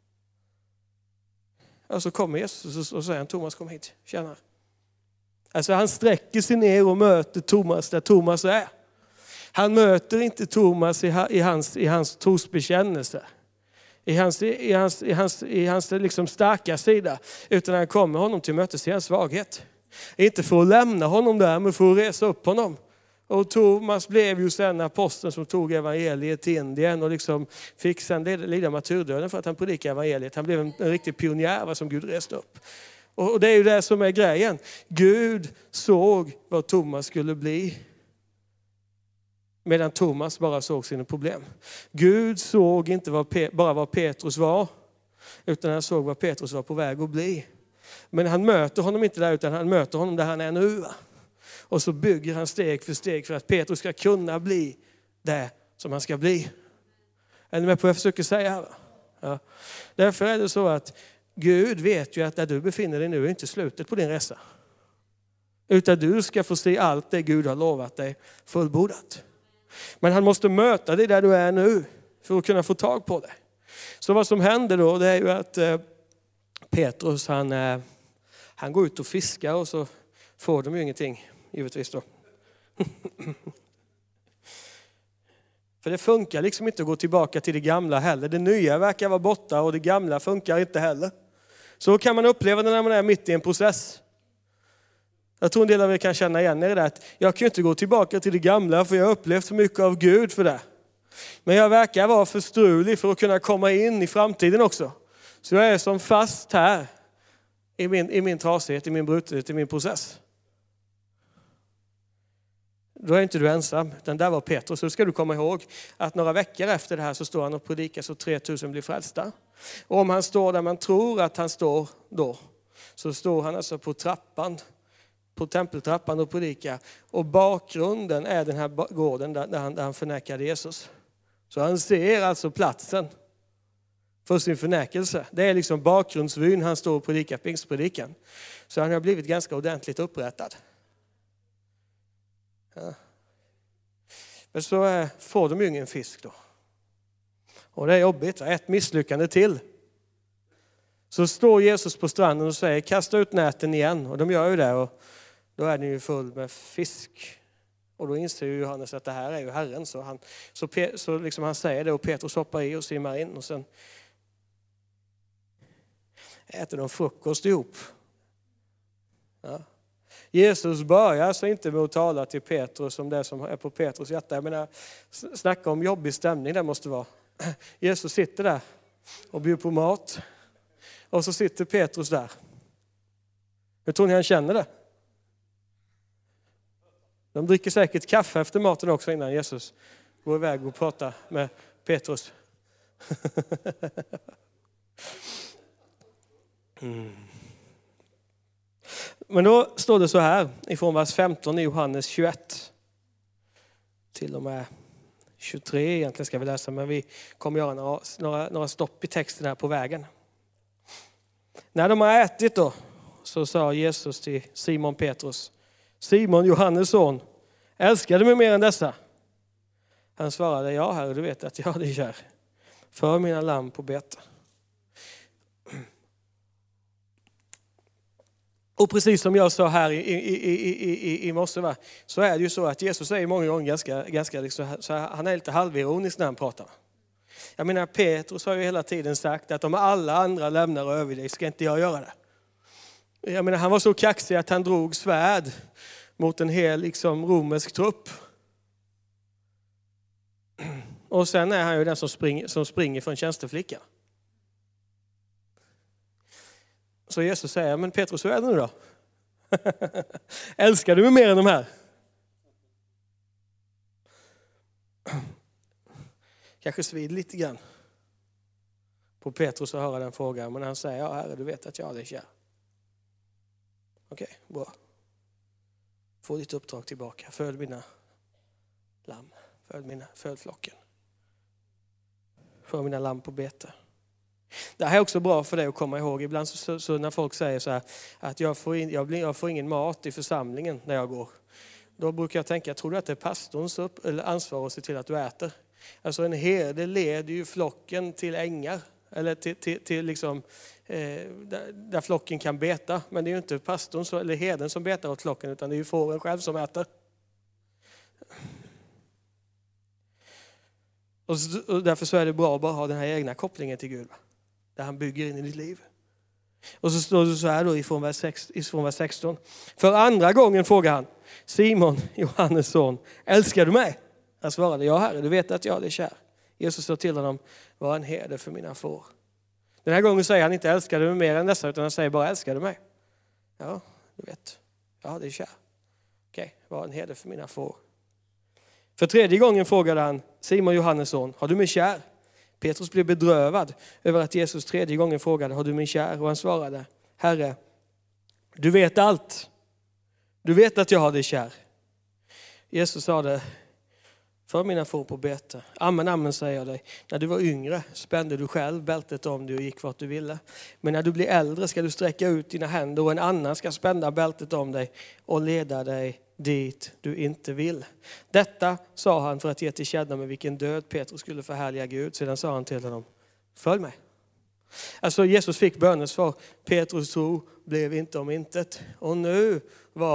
Och så kommer Jesus och säger, Thomas, kom hit, tjena. Alltså han sträcker sig ner och möter Thomas där Thomas är. Han möter inte Thomas i, i hans, i hans trosbekännelse. I hans, i hans, i hans, i hans liksom starka sida. Utan han kommer honom till mötes i hans svaghet. Inte för att lämna honom där, men för att resa upp honom. Och Thomas blev ju sen aposteln som tog evangeliet till Indien och liksom fick sen lida martyrdöden för att han predikade evangeliet. Han blev en, en riktig pionjär som Gud reste upp. Och det är ju det som är grejen. Gud såg vad Thomas skulle bli. Medan Thomas bara såg sina problem. Gud såg inte vad Pe- bara vad Petrus var. Utan han såg vad Petrus var på väg att bli. Men han möter honom inte där, utan han möter honom där han är nu. Och så bygger han steg för steg för att Petrus ska kunna bli det som han ska bli. Är ni med på vad jag försöker säga? Ja. Därför är det så att Gud vet ju att där du befinner dig nu är inte slutet på din resa. Utan du ska få se allt det Gud har lovat dig fullbordat. Men han måste möta dig där du är nu för att kunna få tag på det. Så vad som händer då, det är ju att eh, Petrus han, eh, han går ut och fiskar och så får de ju ingenting, givetvis då. För det funkar liksom inte att gå tillbaka till det gamla heller. Det nya verkar vara borta och det gamla funkar inte heller. Så kan man uppleva det när man är mitt i en process. Jag tror en del av er kan känna igen er i det. Att jag kan ju inte gå tillbaka till det gamla för jag har upplevt för mycket av Gud för det. Men jag verkar vara för strulig för att kunna komma in i framtiden också. Så jag är som fast här i min, i min trasighet, i min brutenhet, i min process. Då är inte du ensam. Den där var Petrus. Så ska du komma ihåg att några veckor efter det här så står han och predikar så tre tusen blir frälsta. Och om han står där man tror att han står då, så står han alltså på trappan, på tempeltrappan och predikar. Och bakgrunden är den här gården där han, där han förnekade Jesus. Så han ser alltså platsen för sin förnekelse. Det är liksom bakgrundsvyn han står och predikar pingstpredikan. Så han har blivit ganska ordentligt upprättad. Ja. Men så får de ju ingen fisk då. Och det är jobbigt. Ett misslyckande till. Så står Jesus på stranden och säger kasta ut näten igen. Och de gör ju det. Och då är den ju full med fisk. Och då inser ju Johannes att det här är ju Herren. Så han, så, så liksom han säger det och Petrus hoppar i och simmar in. Och sen äter de frukost ihop. Ja. Jesus börjar så inte med att tala till Petrus om det som är på Petrus hjärta. Jag menar, snacka om jobbig stämning det måste vara. Jesus sitter där och bjuder på mat. Och så sitter Petrus där. Hur tror ni han känner det? De dricker säkert kaffe efter maten också innan Jesus går iväg och pratar med Petrus. Mm. Men då står det så här ifrån vers femton i Johannes tjugoett. Till och med tjugotre egentligen ska vi läsa, men vi kommer göra några, några, några stopp i texten här på vägen. När de har ätit då så sa Jesus till Simon Petrus: Simon, Johannes son, älskar du mig mer än dessa? Han svarade: ja Herre, du vet att jag är dig kär. För mina lamm på bete. Och precis som jag sa här i, i, i, i, i morse, va? Så är det ju så att Jesus säger många gånger ganska, ganska liksom, så han är lite halvironisk när han pratar. Jag menar, Petrus har ju hela tiden sagt att om alla andra lämnar och över dig ska inte jag göra det. Jag menar, han var så kaxig att han drog svärd mot en hel liksom, romersk trupp. Och sen är han ju den som springer, som springer från tjänsteflicka. Så Jesus säger: men Petrus, hur är det nu då? Älskar du mig mer än de här? Kanske svid lite grann på Petrus att höra den frågan. Men han säger: ja Herre, du vet att jag är dig kär. Okej, okay, bra. Få ditt uppdrag tillbaka. Föd mina lamm. Föd, mina, föd flocken. För mina lamm på bete. Det här är också bra för dig att komma ihåg. Ibland så, så, så när folk säger så här att jag får, in, jag, blir, jag får ingen mat i församlingen när jag går. Då brukar jag tänka, tror du att det är pastorns upp, eller ansvar att se till att du äter? Alltså en herde leder ju flocken till ängar. Eller till, till, till liksom, eh, där, där flocken kan beta. Men det är ju inte pastorn eller herden som betar åt flocken, utan det är ju fåren själv som äter. Och, så, och därför så är det bra att bara ha den här egna kopplingen till Gud. Va? Där han bygger in i ditt liv. Och så står det så här då ifrån vers, sex, ifrån vers sexton. För andra gången frågar han: Simon, Johannes son, älskar du mig? Han svarade: ja Herre, du vet att jag är kär. Jesus sa till honom: var en herde för mina får. Den här gången säger han inte älskar du mig mer än dessa, utan han säger bara: älskar du mig? Ja, du vet. Ja, det är kär. Okej, var en herde för mina får. För tredje gången frågade han: Simon, Johannes son, har du mig kär? Petrus blev bedrövad över att Jesus tredje gången frågade: har du mig kär? Och han svarade: Herre, du vet allt. Du vet att jag har dig kär. Jesus sa det: för mina får på bete. Amen, amen säger jag dig. När du var yngre spände du själv bältet om dig och gick vart du ville. Men när du blir äldre ska du sträcka ut dina händer och en annan ska spänna bältet om dig och leda dig dit du inte vill. Detta sa han för att ge till känna med vilken död Petrus skulle förhärliga Gud. Sedan sa han till honom: följ mig. Alltså Jesus fick bönens svar. Petrus tro blev inte om intet. Och nu var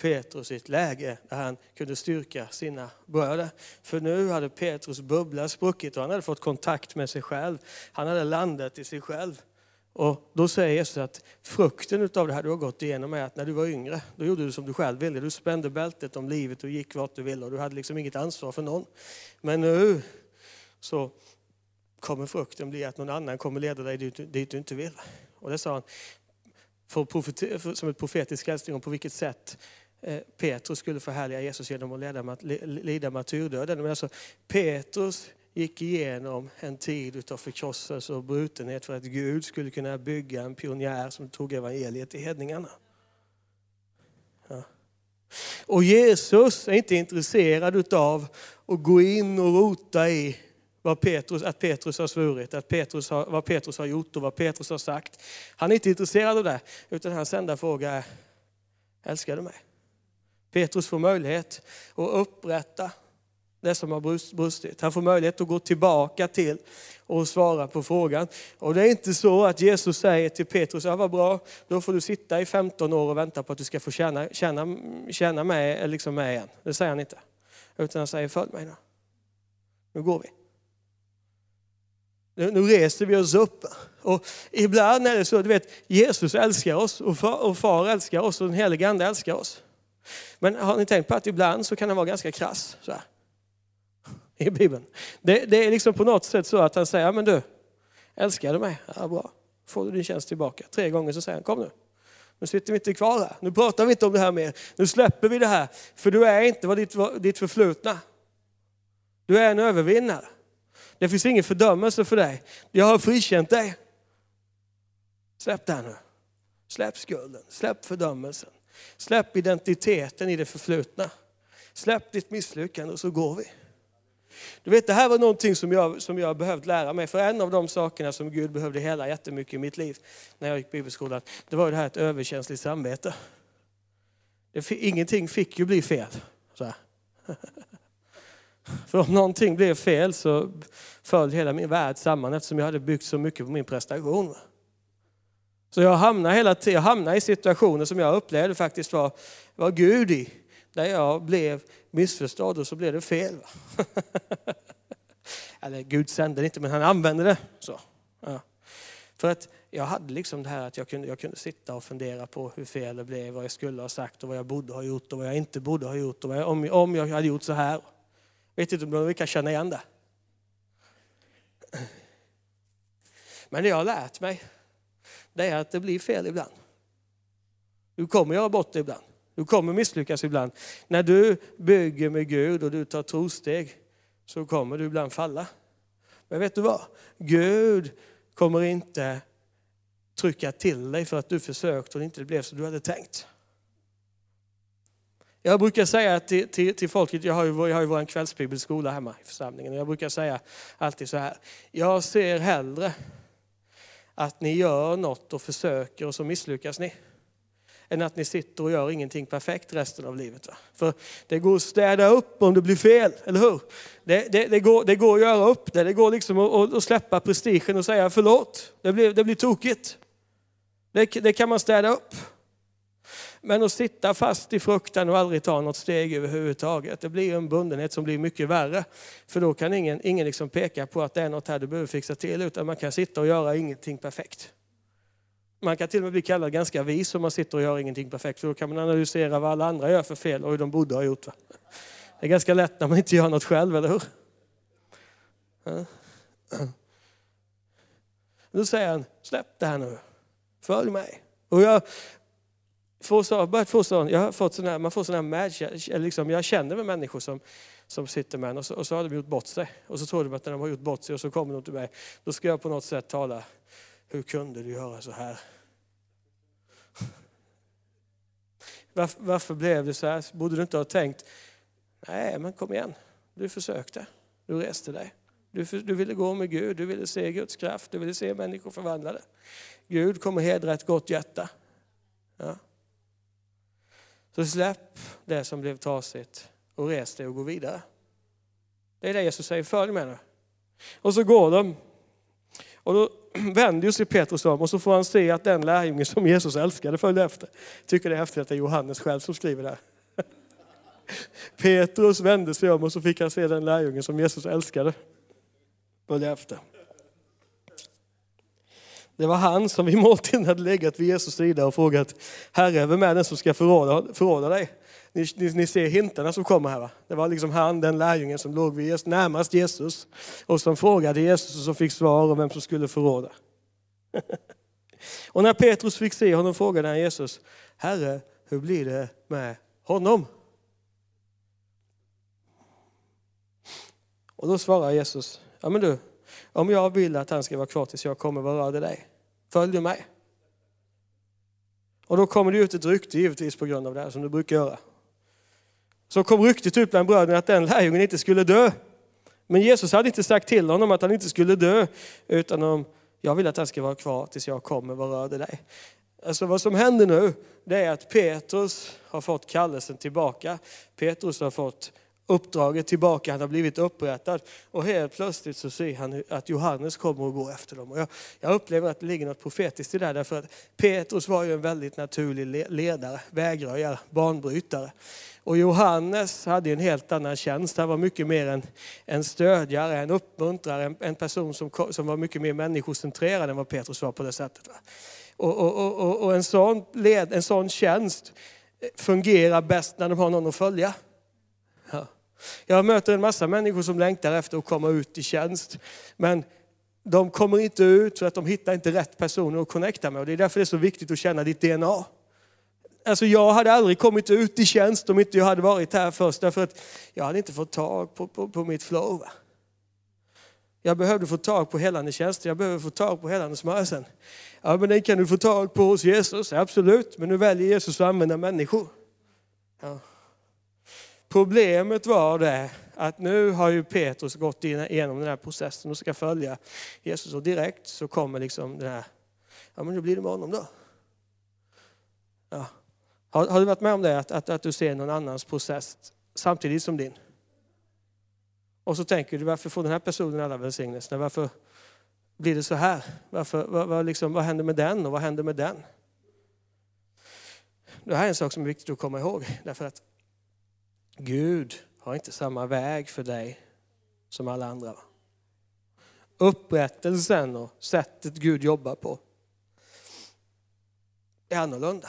Petrus i ett läge där han kunde styrka sina bröder. För nu hade Petrus bubbla spruckit och han hade fått kontakt med sig själv. Han hade landat i sig själv. Och då säger Jesus att frukten av det här du har gått igenom är att när du var yngre, då gjorde du som du själv ville. Du spände bältet om livet och gick vart du ville och du hade liksom inget ansvar för någon. Men nu så kommer frukten bli att någon annan kommer leda dig dit, dit du inte vill. Och det sa han för profeti, för, som ett profetisk hälsning om på vilket sätt eh, Petrus skulle förhärliga Jesus genom att leda, lida martyrdöden. Men alltså, Petrus gick igenom en tid av förkrosselse och brutenhet för att Gud skulle kunna bygga en pionjär som tog evangeliet till hedningarna. Ja. Och Jesus är inte intresserad av att gå in och rota i vad Petrus, att Petrus har svurit, att Petrus har, vad Petrus har gjort och vad Petrus har sagt. Han är inte intresserad av det, utan hans enda fråga är: älskar du mig? Petrus får möjlighet att upprätta det som har brustit. Han får möjlighet att gå tillbaka till och svara på frågan. Och det är inte så att Jesus säger till Petrus: ja, vad bra, då får du sitta i femton år och vänta på att du ska få tjäna, tjäna, tjäna med, liksom med igen. Det säger han inte. Utan han säger: följ mig nu. Nu går vi. Nu, nu reser vi oss upp. Och ibland är det så, du vet, Jesus älskar oss och far, och far älskar oss och den helige ande älskar oss. Men har ni tänkt på att ibland så kan det vara ganska krass så här i Bibeln. Det, det är liksom på något sätt så att han säger: ja, men du, älskar du mig? Ja, bra. Får du din tjänst tillbaka. Tre gånger så säger han: kom nu. Nu sitter vi inte kvar här. Nu pratar vi inte om det här mer. Nu släpper vi det här. För du är inte vad ditt, ditt förflutna. Du är en övervinnare. Det finns ingen fördömelse för dig. Jag har frikänt dig. Släpp det här nu. Släpp skulden. Släpp fördömelsen. Släpp identiteten i det förflutna. Släpp ditt misslyckande och så går vi. Du vet, det här var någonting som jag, som jag behövde lära mig. För en av de sakerna som Gud behövde hela jättemycket i mitt liv när jag gick bibelskolan, det var det här ett överkänsligt samvete. Det, ingenting fick ju bli fel. Så här. För om någonting blev fel så föll hela min värld samman eftersom jag hade byggt så mycket på min prestation. Så jag hamnade hela tiden, jag hamnade i situationer som jag upplevde faktiskt var, var Gud i. Där jag blev missförstådd och så blev det fel. Eller Gud sände det inte, men han använde det. Så. Ja. För att jag hade liksom det här att jag kunde, jag kunde sitta och fundera på hur fel det blev. Vad jag skulle ha sagt och vad jag borde ha gjort och vad jag inte borde ha gjort. Och vad jag, om, om jag hade gjort så här. Vet inte om vi kan känna igen det. Men det jag har lärt mig, det är att det blir fel ibland. Du kommer göra bort det ibland. Du kommer misslyckas ibland. När du bygger med Gud och du tar trosteg så kommer du ibland falla. Men vet du vad? Gud kommer inte trycka till dig för att du försökt och det inte blev så du hade tänkt. Jag brukar säga till, till, till folket, jag har, ju, jag har ju vår kvällsbibelskola hemma i församlingen. Och jag brukar säga alltid så här: jag ser hellre att ni gör något och försöker och så misslyckas ni. Än att ni sitter och gör ingenting perfekt resten av livet. Va? För det går att städa upp om det blir fel, eller hur? Det, det, det, går, det går att göra upp det. Det går liksom att, att släppa prestigen och säga förlåt. Det blir, det blir tokigt. Det, det kan man städa upp. Men att sitta fast i fruktan och aldrig ta något steg överhuvudtaget, det blir en bundenhet som blir mycket värre. För då kan ingen, ingen liksom peka på att det är något här du behöver fixa till, utan man kan sitta och göra ingenting perfekt. Man kan till och med bli kallad ganska vis om man sitter och gör ingenting perfekt. För då kan man analysera vad alla andra gör för fel och hur de borde ha gjort. Va? Det är ganska lätt när man inte gör något själv, eller hur? Ja. Då säger han: släpp det här nu. Följ mig. Och jag får så, börjat få sån, jag har fått sån här, man får sån här medkänsla, liksom, jag känner med människor som, som sitter med en och så, och så har de gjort bort sig. Och så tror de att när de har gjort bort sig och så kommer de till mig, då ska jag på något sätt tala: hur kunde du göra så här? Varför, varför blev det så här? Borde du inte ha tänkt: nej, men kom igen. Du försökte. Du reste dig. Du, du ville gå med Gud. Du ville se Guds kraft. Du ville se människor förvandlade. Gud kommer hedra ett gott hjärta. Ja. Så släpp det som blev trasigt och res dig och gå vidare. Det är det Jesus säger: följ med nu. Och så går de. Och då vänder sig Petrus om och så får han se att den lärjungen som Jesus älskade följde efter. Tycker det är häftigt att det är Johannes själv som skriver det. Petrus vände sig om och så fick han se den lärjungen som Jesus älskade. Följa efter. Det var han som vid måltiden hade legat vid Jesus sida och frågat: Herre, vem är den som ska förråda, förråda dig? Ni, ni, ni ser hintarna som kommer här, va? Det var liksom han, den lärjungen som låg vid Jesus, närmast Jesus. Och som frågade Jesus och som fick svar om vem som skulle förråda. Och när Petrus fick se honom frågade han Jesus: Herre, hur blir det med honom? Och då svarar Jesus: ja men du, om jag vill att han ska vara kvar tills jag kommer, vad rör det dig? Följ du mig? Och då kommer det ut ett rykte givetvis på grund av det här som du brukar göra. Så kom ryktet ut bland bröderna att den lärjungen inte skulle dö. Men Jesus hade inte sagt till honom att han inte skulle dö, utan om jag vill att han ska vara kvar tills jag kommer, vad rör det dig? Alltså vad som händer nu, det är att Petrus har fått kallelsen tillbaka. Petrus har fått uppdraget tillbaka, han har blivit upprättad. Och helt plötsligt så ser han att Johannes kommer att gå efter dem. Och jag, jag upplever att det ligger något profetiskt i det där, därför att Petrus var ju en väldigt naturlig ledare, vägröjare, banbrytare. Och Johannes hade en helt annan tjänst. Han var mycket mer en, en stödjare, en uppmuntrare, en, en person som, som var mycket mer människocentrerad än vad Petrus var på det sättet. Va? Och, och, och, och en, sån led, en sån tjänst fungerar bäst när de har någon att följa. Ja. Jag möter en massa människor som längtar efter att komma ut i tjänst. Men de kommer inte ut för att de hittar inte rätt personer att connecta med. Och det är därför det är så viktigt att känna ditt D N A. Alltså jag hade aldrig kommit ut i tjänst om inte jag hade varit här först. Därför att jag hade inte fått tag på, på, på mitt flow. Va? Jag behövde få tag på helande tjänster. Jag behöver få tag på helande smörelsen. Ja, men den kan du få tag på hos Jesus. Absolut. Men nu väljer Jesus att använda människor. Ja. Problemet var det att nu har ju Petrus gått igenom den här processen och ska följa Jesus. Och direkt så kommer liksom den här, ja men hur blir det med honom då? Ja. Har, har du varit med om det? Att, att, att du ser någon annans process samtidigt som din? Och så tänker du, varför får den här personen alla välsignelser? Varför blir det så här? Varför, vad, vad, liksom, vad händer med den och vad händer med den? Det här är en sak som är viktigt att komma ihåg. Därför att Gud har inte samma väg för dig som alla andra. Upprättelsen och sättet Gud jobbar på är annorlunda.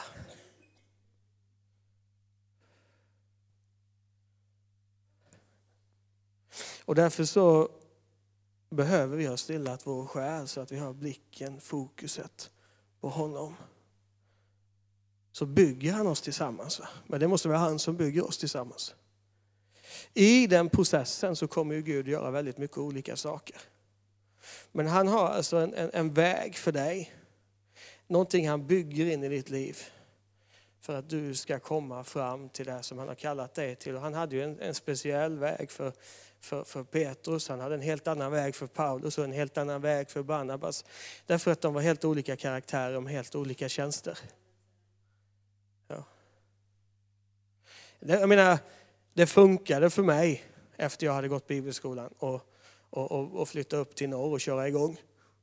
Och därför så behöver vi ha stillat vår själ så att vi har blicken, fokuset på honom. Så bygger han oss tillsammans. Va? Men det måste vara han som bygger oss tillsammans. I den processen så kommer ju Gud göra väldigt mycket olika saker. Men han har alltså en, en, en väg för dig. Någonting han bygger in i ditt liv. För att du ska komma fram till det som han har kallat dig till. Och han hade ju en, en speciell väg för, för, för Petrus. Han hade en helt annan väg för Paulus och en helt annan väg för Barnabas. Därför att de var helt olika karaktärer och helt olika tjänster. Ja. Det, jag menar, det funkade för mig efter jag hade gått bibelskolan och, och, och, och flytta upp till norr och köra igång.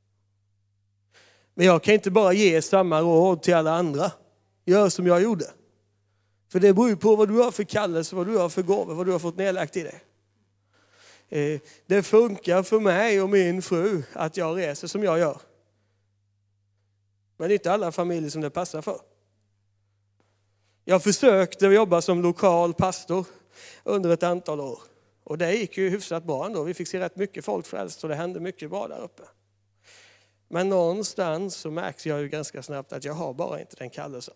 Men jag kan inte bara ge samma råd till alla andra. Gör som jag gjorde. För det beror ju på vad du har för kallelse, vad du har för gåvor, vad du har fått nedlagt i dig. Eh, det funkar för mig och min fru att jag reser som jag gör. Men det är inte alla familjer som det passar för. Jag försökte jobba som lokal pastor under ett antal år. Och det gick ju hyfsat bra ändå. Vi fick se rätt mycket folk frälst och det hände mycket bra där uppe. Men någonstans så märks jag ju ganska snabbt att jag har bara inte den kallelsen.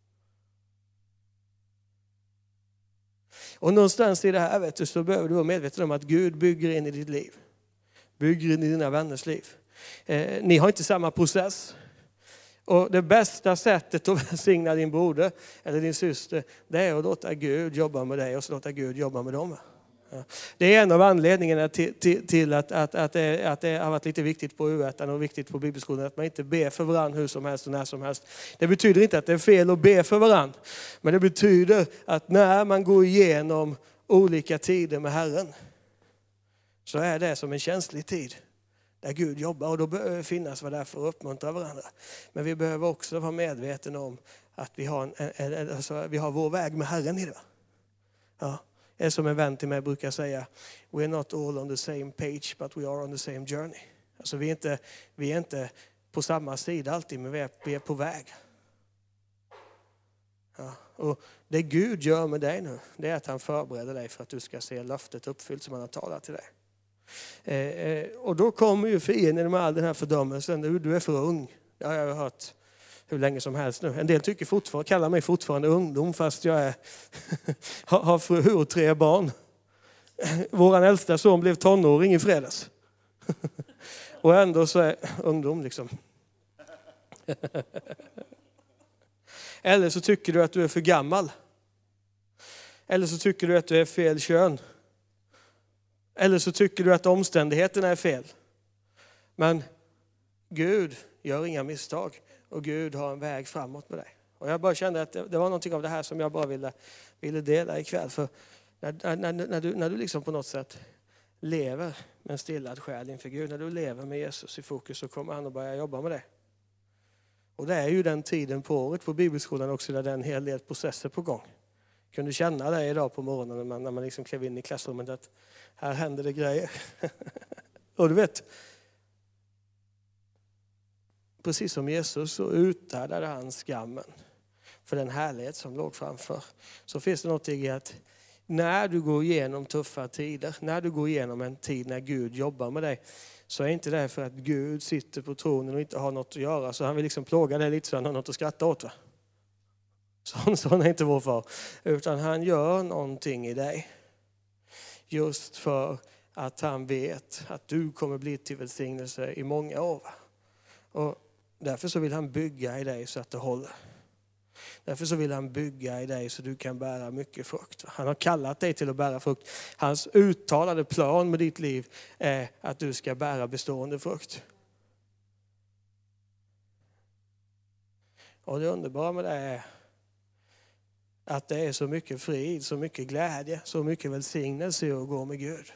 Och någonstans i det här vet du, så behöver du vara medveten om att Gud bygger in i ditt liv. Bygger in i dina vänners liv. Eh, ni har inte samma process. Och det bästa sättet att välsigna din broder eller din syster, det är att låta Gud jobba med dig och så låta Gud jobba med dem. Ja. Det är en av anledningarna till, till, till att, att, att, det, att det har varit lite viktigt på U ett och viktigt på bibelskolan att man inte ber för varandra hur som helst och när som helst. Det betyder inte att det är fel att be för varandra. Men det betyder att när man går igenom olika tider med Herren så är det som en känslig tid där Gud jobbar. Och då behöver det finnas vad där för att uppmuntra varandra. Men vi behöver också vara medvetna om att vi har, en, en, alltså, vi har vår väg med Herren i det. Ja. är som en vän till mig brukar säga, we're not all on the same page but we are on the same journey. Alltså vi är inte, vi är inte på samma sida alltid, men vi är, vi är på väg. Ja, och det Gud gör med dig nu, det är att han förbereder dig för att du ska se löftet uppfyllt som han har talat till dig. Eh, eh, och då kommer ju fienden med all den här fördömelsen, du, du är för ung. Det har jag hört hur länge som helst nu. En del tycker fortfarande, kallar mig fortfarande ungdom fast jag är, har fru och tre barn. Våran äldsta son blev tonåring i fredags. Och ändå så är ungdom liksom. Eller så tycker du att du är för gammal. Eller så tycker du att du är fel kön. Eller så tycker du att omständigheterna är fel. Men Gud gör inga misstag. Och Gud har en väg framåt med dig. Och jag bara kände att det, det var någonting av det här som jag bara ville, ville dela ikväll. För när, när, när, du, när du liksom på något sätt lever med en stillad själ inför Gud. När du lever med Jesus i fokus så kommer han att börja jobba med det. Och det är ju den tiden på året på bibelskolan också där det är en hel del processer på gång. Kunde känna det idag på morgonen när man, när man liksom klev in i klassrummet att här händer det grejer. Och du vet, precis som Jesus så uthärdade han skammen för den härlighet som låg framför. Så finns det något i att när du går igenom tuffa tider, när du går igenom en tid när Gud jobbar med dig, så är inte det för att Gud sitter på tronen och inte har något att göra. Så han vill liksom plåga dig lite så han har något att skratta åt. Va? Så, sån är inte vår far. Utan han gör någonting i dig. Just för att han vet att du kommer bli till välsignelse i många år. Va? Och därför så vill han bygga i dig så att det håller. Därför så vill han bygga i dig så du kan bära mycket frukt. Han har kallat dig till att bära frukt. Hans uttalade plan med ditt liv är att du ska bära bestående frukt. Och det underbara med det är att det är så mycket frid, så mycket glädje, så mycket välsignelse att gå med Gud.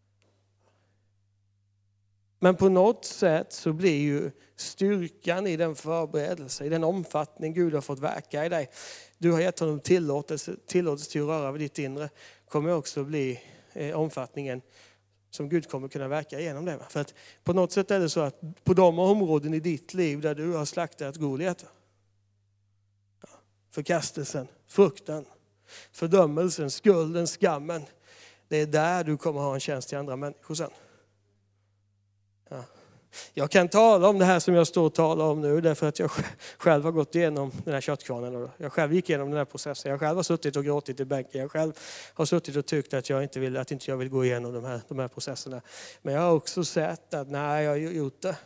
Men på något sätt så blir ju styrkan i den förberedelse, i den omfattning Gud har fått verka i dig. Du har gett honom tillåtelse, tillåtelse till att röra vid ditt inre. Kommer också bli eh, omfattningen som Gud kommer kunna verka genom det. För att på något sätt är det så att på de områden i ditt liv där du har slaktat Goliat. Ja, förkastelsen, fruktan, fördömelsen, skulden, skammen. Det är där du kommer ha en tjänst till andra människor sen. Ja. Jag kan tala om det här som jag står och talar om nu därför att jag själv har gått igenom den här köttkvarnen. Jag själv gick igenom den här processen. Jag själv har suttit och gråtit i bänken. Jag själv har suttit och tyckt att jag inte vill, att inte jag vill gå igenom de här, de här processerna. Men jag har också sett att när jag har gjort det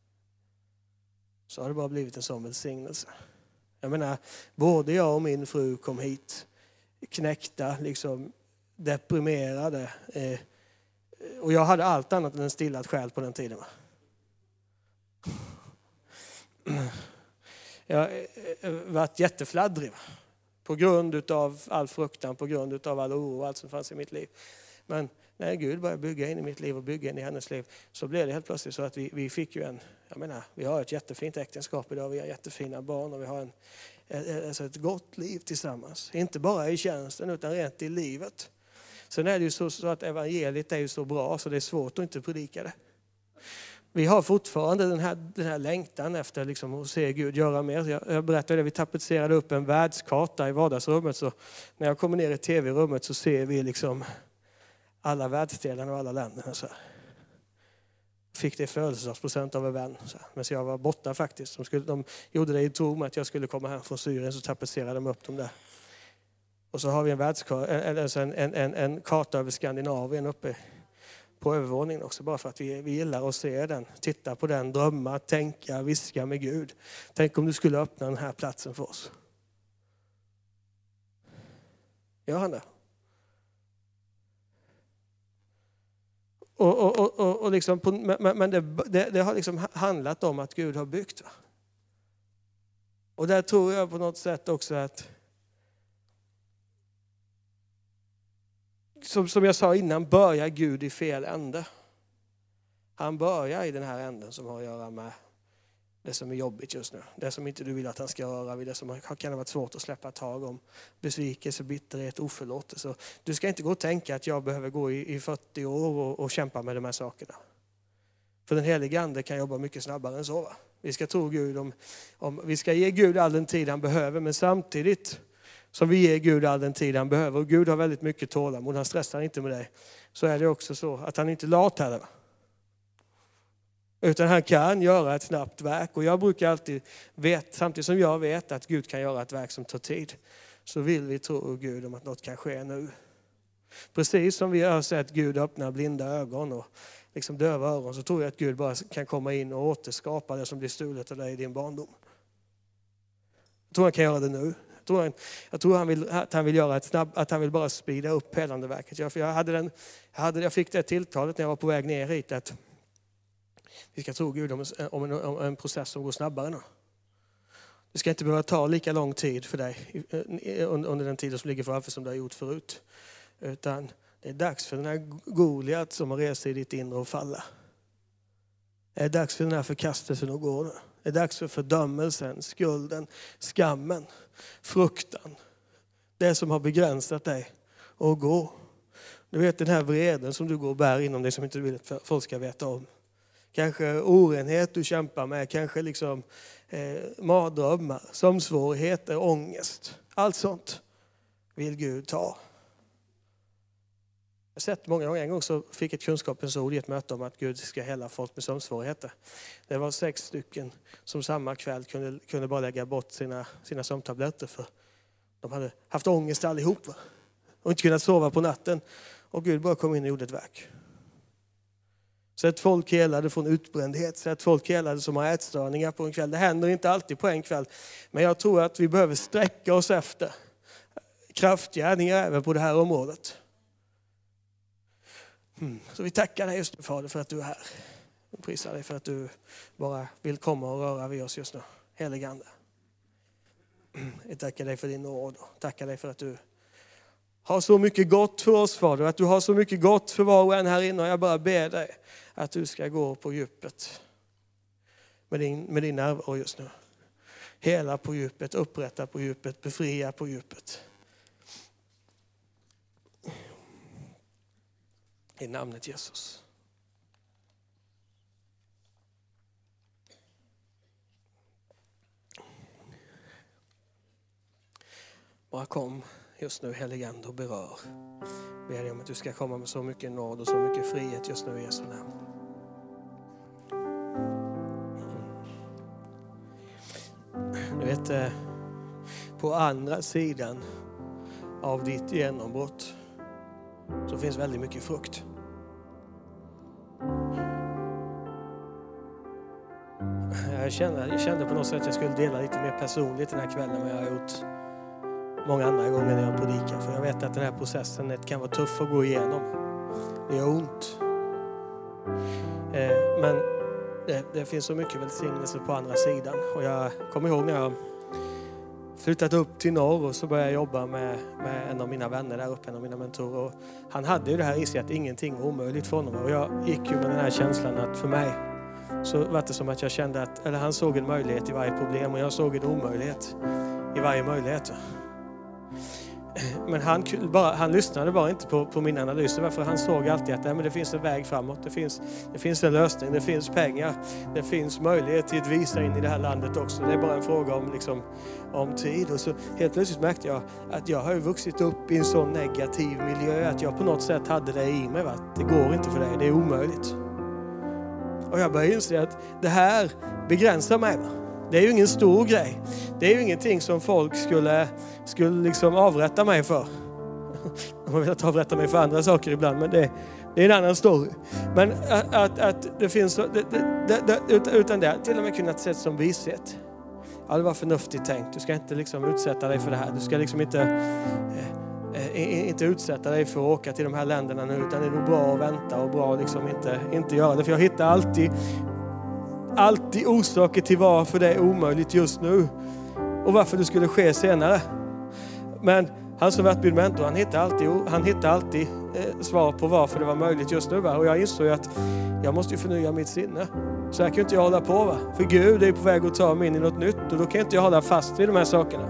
så har det bara blivit en sån välsignelse. Jag menar, både jag och min fru kom hit knäckta, liksom deprimerade. Eh, och jag hade allt annat än en stillad själ på den tiden. Va? Jag har varit jättefladdrig. Va? På grund av all fruktan, på grund av all oro och allt som fanns i mitt liv. Men när Gud började bygga in i mitt liv och bygga in i hennes liv så blev det helt plötsligt så att vi, vi fick ju en, jag menar, vi har ett jättefint äktenskap idag, vi har jättefina barn och vi har en, alltså ett gott liv tillsammans. Inte bara i tjänsten utan rent i livet. Sen är det ju så, så att evangeliet är ju så bra så det är svårt att inte predika det. Vi har fortfarande den här, den här längtan efter liksom att se Gud göra mer. Jag, jag berättade det, vi tapetserade upp en världskarta i vardagsrummet. Så när jag kommer ner i tv-rummet så ser vi liksom alla världsdelarna och alla länderna. Så fick det födelsedagspresent av en vän. Så men så jag var borta faktiskt. De, skulle, de gjorde det i tro med att jag skulle komma hem från Syrien, så tapetserade de upp dem där. Och så har vi en, världskarta, en, en, en, en karta över Skandinavien uppe på övervåningen också. Bara för att vi, vi gillar att se den. Titta på den, drömma, tänka, viska med Gud. Tänk om du skulle öppna den här platsen för oss. Gör han det? Och, och, och, och, och liksom på, men men det, det, det har liksom handlat om att Gud har byggt. Va? Och där tror jag på något sätt också att Som, som jag sa innan, börjar Gud i fel ände. Han börjar i den här änden som har att göra med Det som är jobbigt just nu. Det som inte du vill att han ska röra vid. Det som kan ha varit svårt att släppa tag om. Besvikelse, bitterhet, oförlåtelse. Du ska inte gå och tänka att jag behöver gå i, i fyrtio år och, och kämpa med de här sakerna. För den helige ande kan jobba mycket snabbare än så. Va? Vi ska tro Gud om, om... Vi ska ge Gud all den tid han behöver. Men samtidigt som vi ger Gud all den tid han behöver. Och Gud har väldigt mycket tålamod. Han stressar inte med dig. Så är det också så att han inte lat här. Va? Utan han kan göra ett snabbt verk. Och jag brukar alltid veta, samtidigt som jag vet att Gud kan göra ett verk som tar tid. Så vill vi tro Gud om att något kan ske nu. Precis som vi har sett Gud öppna blinda ögon och liksom döva öron. Så tror jag att Gud bara kan komma in och återskapa det som blir stulet av dig i din barndom. Jag tror han kan göra det nu. Jag tror, han, jag tror han vill, att han vill göra ett snabbt, att han vill bara speeda upp helandeverket. Jag, jag, hade den, jag, hade, jag fick det tilltalet när jag var på väg ner hit att vi ska tro Gud om en, om, en, om en process som går snabbare nu. Det ska inte behöva ta lika lång tid för dig under den tiden som ligger framför som du har gjort förut. Utan det är dags för den här Goliat som har rest sig i ditt inre och falla. Det är dags för den här förkastelsen att gå nu. Det är dags för fördömelsen, skulden, skammen, fruktan. Det som har begränsat dig att gå. Du vet den här vreden som du går och bär inom dig som inte du vill att folk ska veta om. Kanske orenhet du kämpar med, kanske liksom eh, mardrömmar, sömnsvårigheter, ångest. Allt sånt vill Gud ta. Jag har sett många gånger, en gång så fick ett kunskapens ord i ett möte om att Gud ska hela folk med sömnsvårigheter. Det var sex stycken som samma kväll kunde, kunde bara lägga bort sina, sina sömntabletter för de hade haft ångest allihop va? Och inte kunnat sova på natten. Och Gud bara kom in och gjorde ett verk. Så att folk helade från utbrändhet. Så att folk helade som har ätstörningar på en kväll. Det händer inte alltid på en kväll. Men jag tror att vi behöver sträcka oss efter kraftgärningar även på det här området. Mm. Så vi tackar dig just nu Fader för att du är här. Och prisar dig för att du bara vill komma och röra vid oss just nu. Helige Ande. Jag tackar dig för din nåd. Tackar dig för att du har så mycket gott för oss Fader. Att du har så mycket gott för var och en här inne. Och jag bara ber dig att du ska gå på djupet. Med din, med din närvaro just nu. Hela på djupet, upprätta på djupet, befria på djupet. I namnet Jesus. Bara kom just nu helige Ande och berör. Ber dig om att du ska komma med så mycket nåd och så mycket frihet just nu i Jesu namn. Du vet, på andra sidan av ditt genombrott så finns väldigt mycket frukt. Jag kände, jag kände på något sätt att jag skulle dela lite mer personligt den här kvällen än jag har gjort många andra gånger när jag predikar. För jag vet att den här processen kan vara tuff att gå igenom. Det gör ont. Men det, det finns så mycket välsignelse på andra sidan. Och jag kommer ihåg när jag flyttat upp till norr och så började jag jobba med, med en av mina vänner där uppe, en av mina mentorer. Och han hade ju det här i sig att ingenting var omöjligt för honom. Och jag gick ju med den här känslan att för mig så var det som att jag kände att, eller han såg en möjlighet i varje problem och jag såg en omöjlighet i varje möjlighet. Men han, bara, han lyssnade bara inte på, på min analyser, för han såg alltid att nej, men det finns en väg framåt, det finns, det finns en lösning, det finns pengar, det finns möjlighet till att visa in i det här landet också. Det är bara en fråga om, liksom, om tid. Och så helt plötsligt märkte jag att jag har vuxit upp i en sån negativ miljö att jag på något sätt hade det i mig. Va? Det går inte för dig, det är omöjligt. Och jag började inse att det här begränsar mig. Va? Det är ju ingen stor grej. Det är ju ingenting som folk skulle, skulle liksom avrätta mig för. De har velat avrätta mig för andra saker ibland, men det, det är en annan story. Men att, att, att det finns, det, det, det, utan det till och med kunnat ses som vishet. Ja, det var förnuftigt tänkt. Du ska inte liksom utsätta dig för det här. Du ska liksom inte, eh, inte utsätta dig för att åka till de här länderna nu, utan det är nog bra att vänta och bra liksom inte, inte göra det. För jag hittar alltid Alltid orsaker till varför det är omöjligt just nu. Och varför det skulle ske senare. Men han som varit min mentor, han hittar alltid, han hittar alltid eh, svar på varför det var möjligt just nu. Va? Och jag insåg att jag måste ju förnya mitt sinne. Så här kan inte jag hålla på, va? För Gud är på väg att ta mig in i något nytt. Och då kan inte jag hålla fast vid de här sakerna.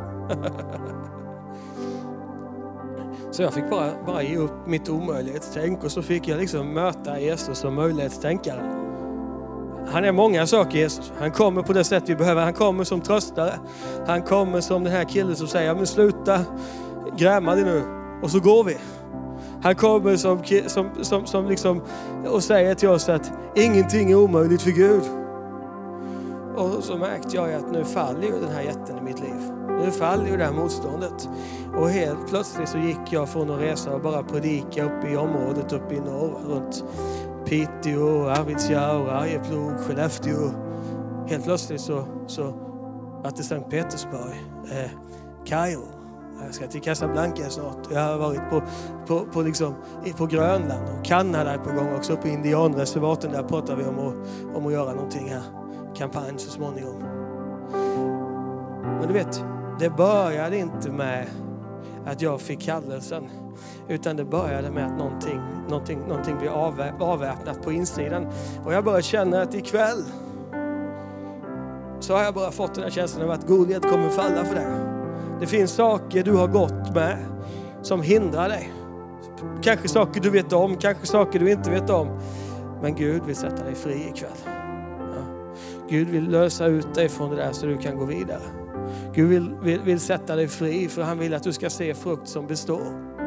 Så jag fick bara, bara ge upp mitt omöjlighetstänk. Och så fick jag liksom möta Jesus som möjlighetstänkare. Han är många saker, Jesus. Han kommer på det sätt vi behöver. Han kommer som tröstare. Han kommer som den här killen som säger, men sluta gräma dig nu. Och så går vi. Han kommer som, som, som, som liksom, och säger till oss att ingenting är omöjligt för Gud. Och så märkte jag att nu faller ju den här jätten i mitt liv. Nu faller ju det här motståndet. Och helt plötsligt så gick jag från att resa och bara predika uppe i området uppe i norr. Runt Piteå, Arvidsjaur, Arjeplog, Skellefteå. Helt plötsligt så, så att det Sankt Petersburg, eh, Kairo. Jag ska till Casablanca snart. Jag har varit på, på, på, liksom, på Grönland och Kanada är på gång också. På indianreservaten där pratar vi om att, om att göra någonting här. Kampanj så småningom. Men du vet, det började inte med att jag fick kallelsen. Utan det började med att någonting, någonting, någonting blev avvä- avväpnat på insidan. Och jag bara känner att ikväll så har jag bara fått den här känslan av att Goliat kommer falla för det. Det finns saker du har gått med som hindrar dig. Kanske saker du vet om, kanske saker du inte vet om. Men Gud vill sätta dig fri ikväll. Ja. Gud vill lösa ut dig från det där så du kan gå vidare. Gud vill, vill, vill sätta dig fri för han vill att du ska se frukt som består.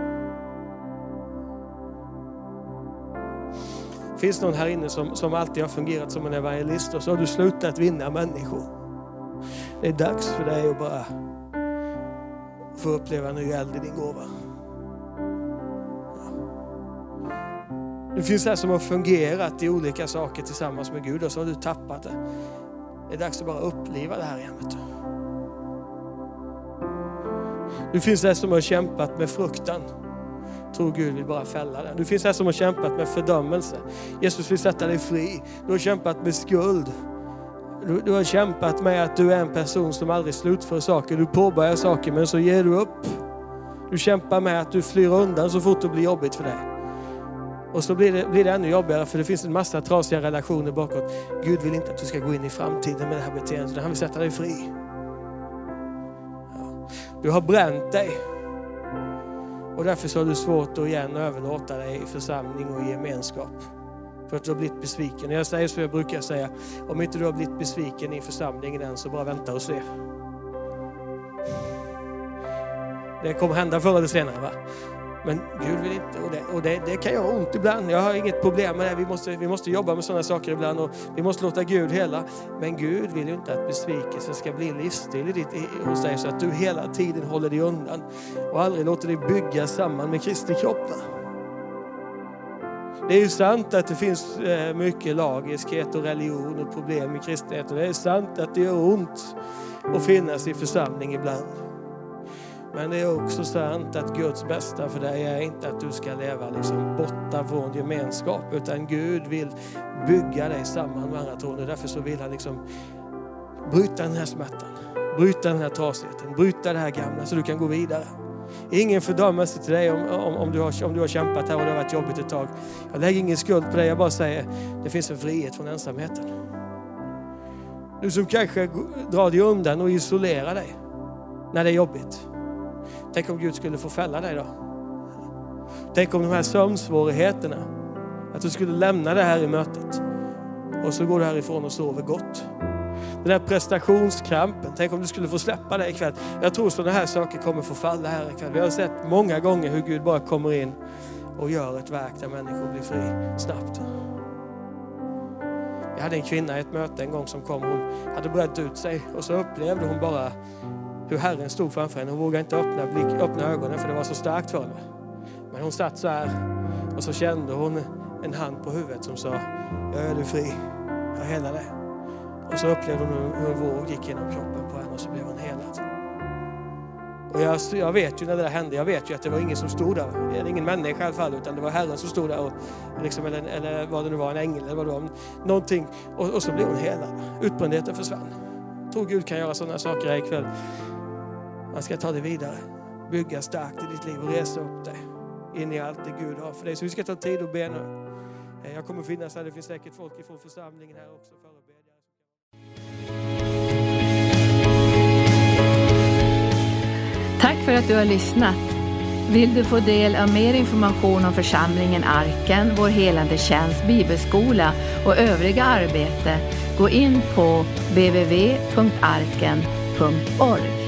Finns någon här inne som, som alltid har fungerat som en evangelist och så har du slutat vinna människor. Det är dags för dig att bara få uppleva en ny eld i din gåva. Det finns här som har fungerat i olika saker tillsammans med Gud och så har du tappat det. Det är dags att bara uppliva det här igen. Det finns här som har kämpat med fruktan. Tror Gud vill bara fälla den. Du finns här som har kämpat med fördömelse. Jesus vill sätta dig fri. Du har kämpat med skuld. Du, du har kämpat med att du är en person som aldrig slutför saker. Du påbörjar saker men så ger du upp. Du kämpar med att du flyr undan så fort det blir jobbigt för dig. Och så blir det, blir det ännu jobbigare för det finns en massa trasiga relationer bakåt. Gud vill inte att du ska gå in i framtiden med det här beteendet. Han vill sätta dig fri. Ja. Du har bränt dig. Och därför så har du svårt att igen överlåta dig i församling och i gemenskap. För att du har blivit besviken. Jag säger så jag brukar säga. Om inte du har blivit besviken i församlingen än så bara vänta och se. Det kommer hända förr eller senare, va? Men Gud vill inte. Och, det, och det, det kan göra ont ibland. Jag har inget problem med det. Vi måste, vi måste jobba med sådana saker ibland. Och vi måste låta Gud hela. Men Gud vill ju inte att besvikelsen ska bli en livsstil i ditt, i, hos dig. Så att du hela tiden håller dig undan. Och aldrig låter dig bygga samman med Kristi kropp. Det är ju sant att det finns mycket lagiskhet och religion och problem i kristenheten. Det är sant att det gör ont att finnas i församling ibland. Men det är också sant att Guds bästa för dig är inte att du ska leva liksom borta från gemenskap. Utan Gud vill bygga dig samman med andra troende. Därför så vill han liksom bryta den här smärtan. Bryta den här trasigheten. Bryta det här gamla så du kan gå vidare. Ingen fördömelse till dig om, om, om, du har, om du har kämpat här och det har varit jobbigt ett tag. Jag lägger ingen skuld på dig. Jag bara säger det finns en frihet från ensamheten. Du som kanske drar dig undan och isolerar dig när det är jobbigt. Tänk om Gud skulle få fälla dig då. Tänk om de här sömnsvårigheterna. Att du skulle lämna det här i mötet. Och så går du härifrån och sover gott. Den här prestationskrampen. Tänk om du skulle få släppa det ikväll. Jag tror sådana här saker kommer få falla här ikväll. Vi har sett många gånger hur Gud bara kommer in och gör ett verk där människor blir fri snabbt. Jag hade en kvinna i ett möte en gång som kom. Hon hade brett ut sig och så upplevde hon bara hur Herren stod framför henne. Hon vågade inte öppna, blick, öppna ögonen för det var så starkt för henne. Men hon satt så här och så kände hon en hand på huvudet som sa jag är du fri, jag helar dig. Och så upplevde hon hur en våg gick genom kroppen på henne och så blev hon helad. Och jag, jag vet ju när det där hände, jag vet ju att det var ingen som stod där. Det var ingen människa i alla fall utan det var Herren som stod där. Och, liksom, eller, eller vad det nu var, en ängel eller vad det var. Någonting. Och, och så blev hon helad. Utbrändheten försvann. Jag tror Gud kan göra sådana saker här ikväll. Man ska ta det vidare. Bygga starkt i ditt liv och resa upp dig. In i allt det Gud har för dig. Så vi ska ta tid och be nu. Jag kommer finnas här, det finns säkert folk ifrån församlingen här också, förebedjare. Tack för att du har lyssnat. Vill du få del av mer information om församlingen Arken, vår helande tjänst, bibelskola och övriga arbete, gå in på w w w punkt arken punkt org.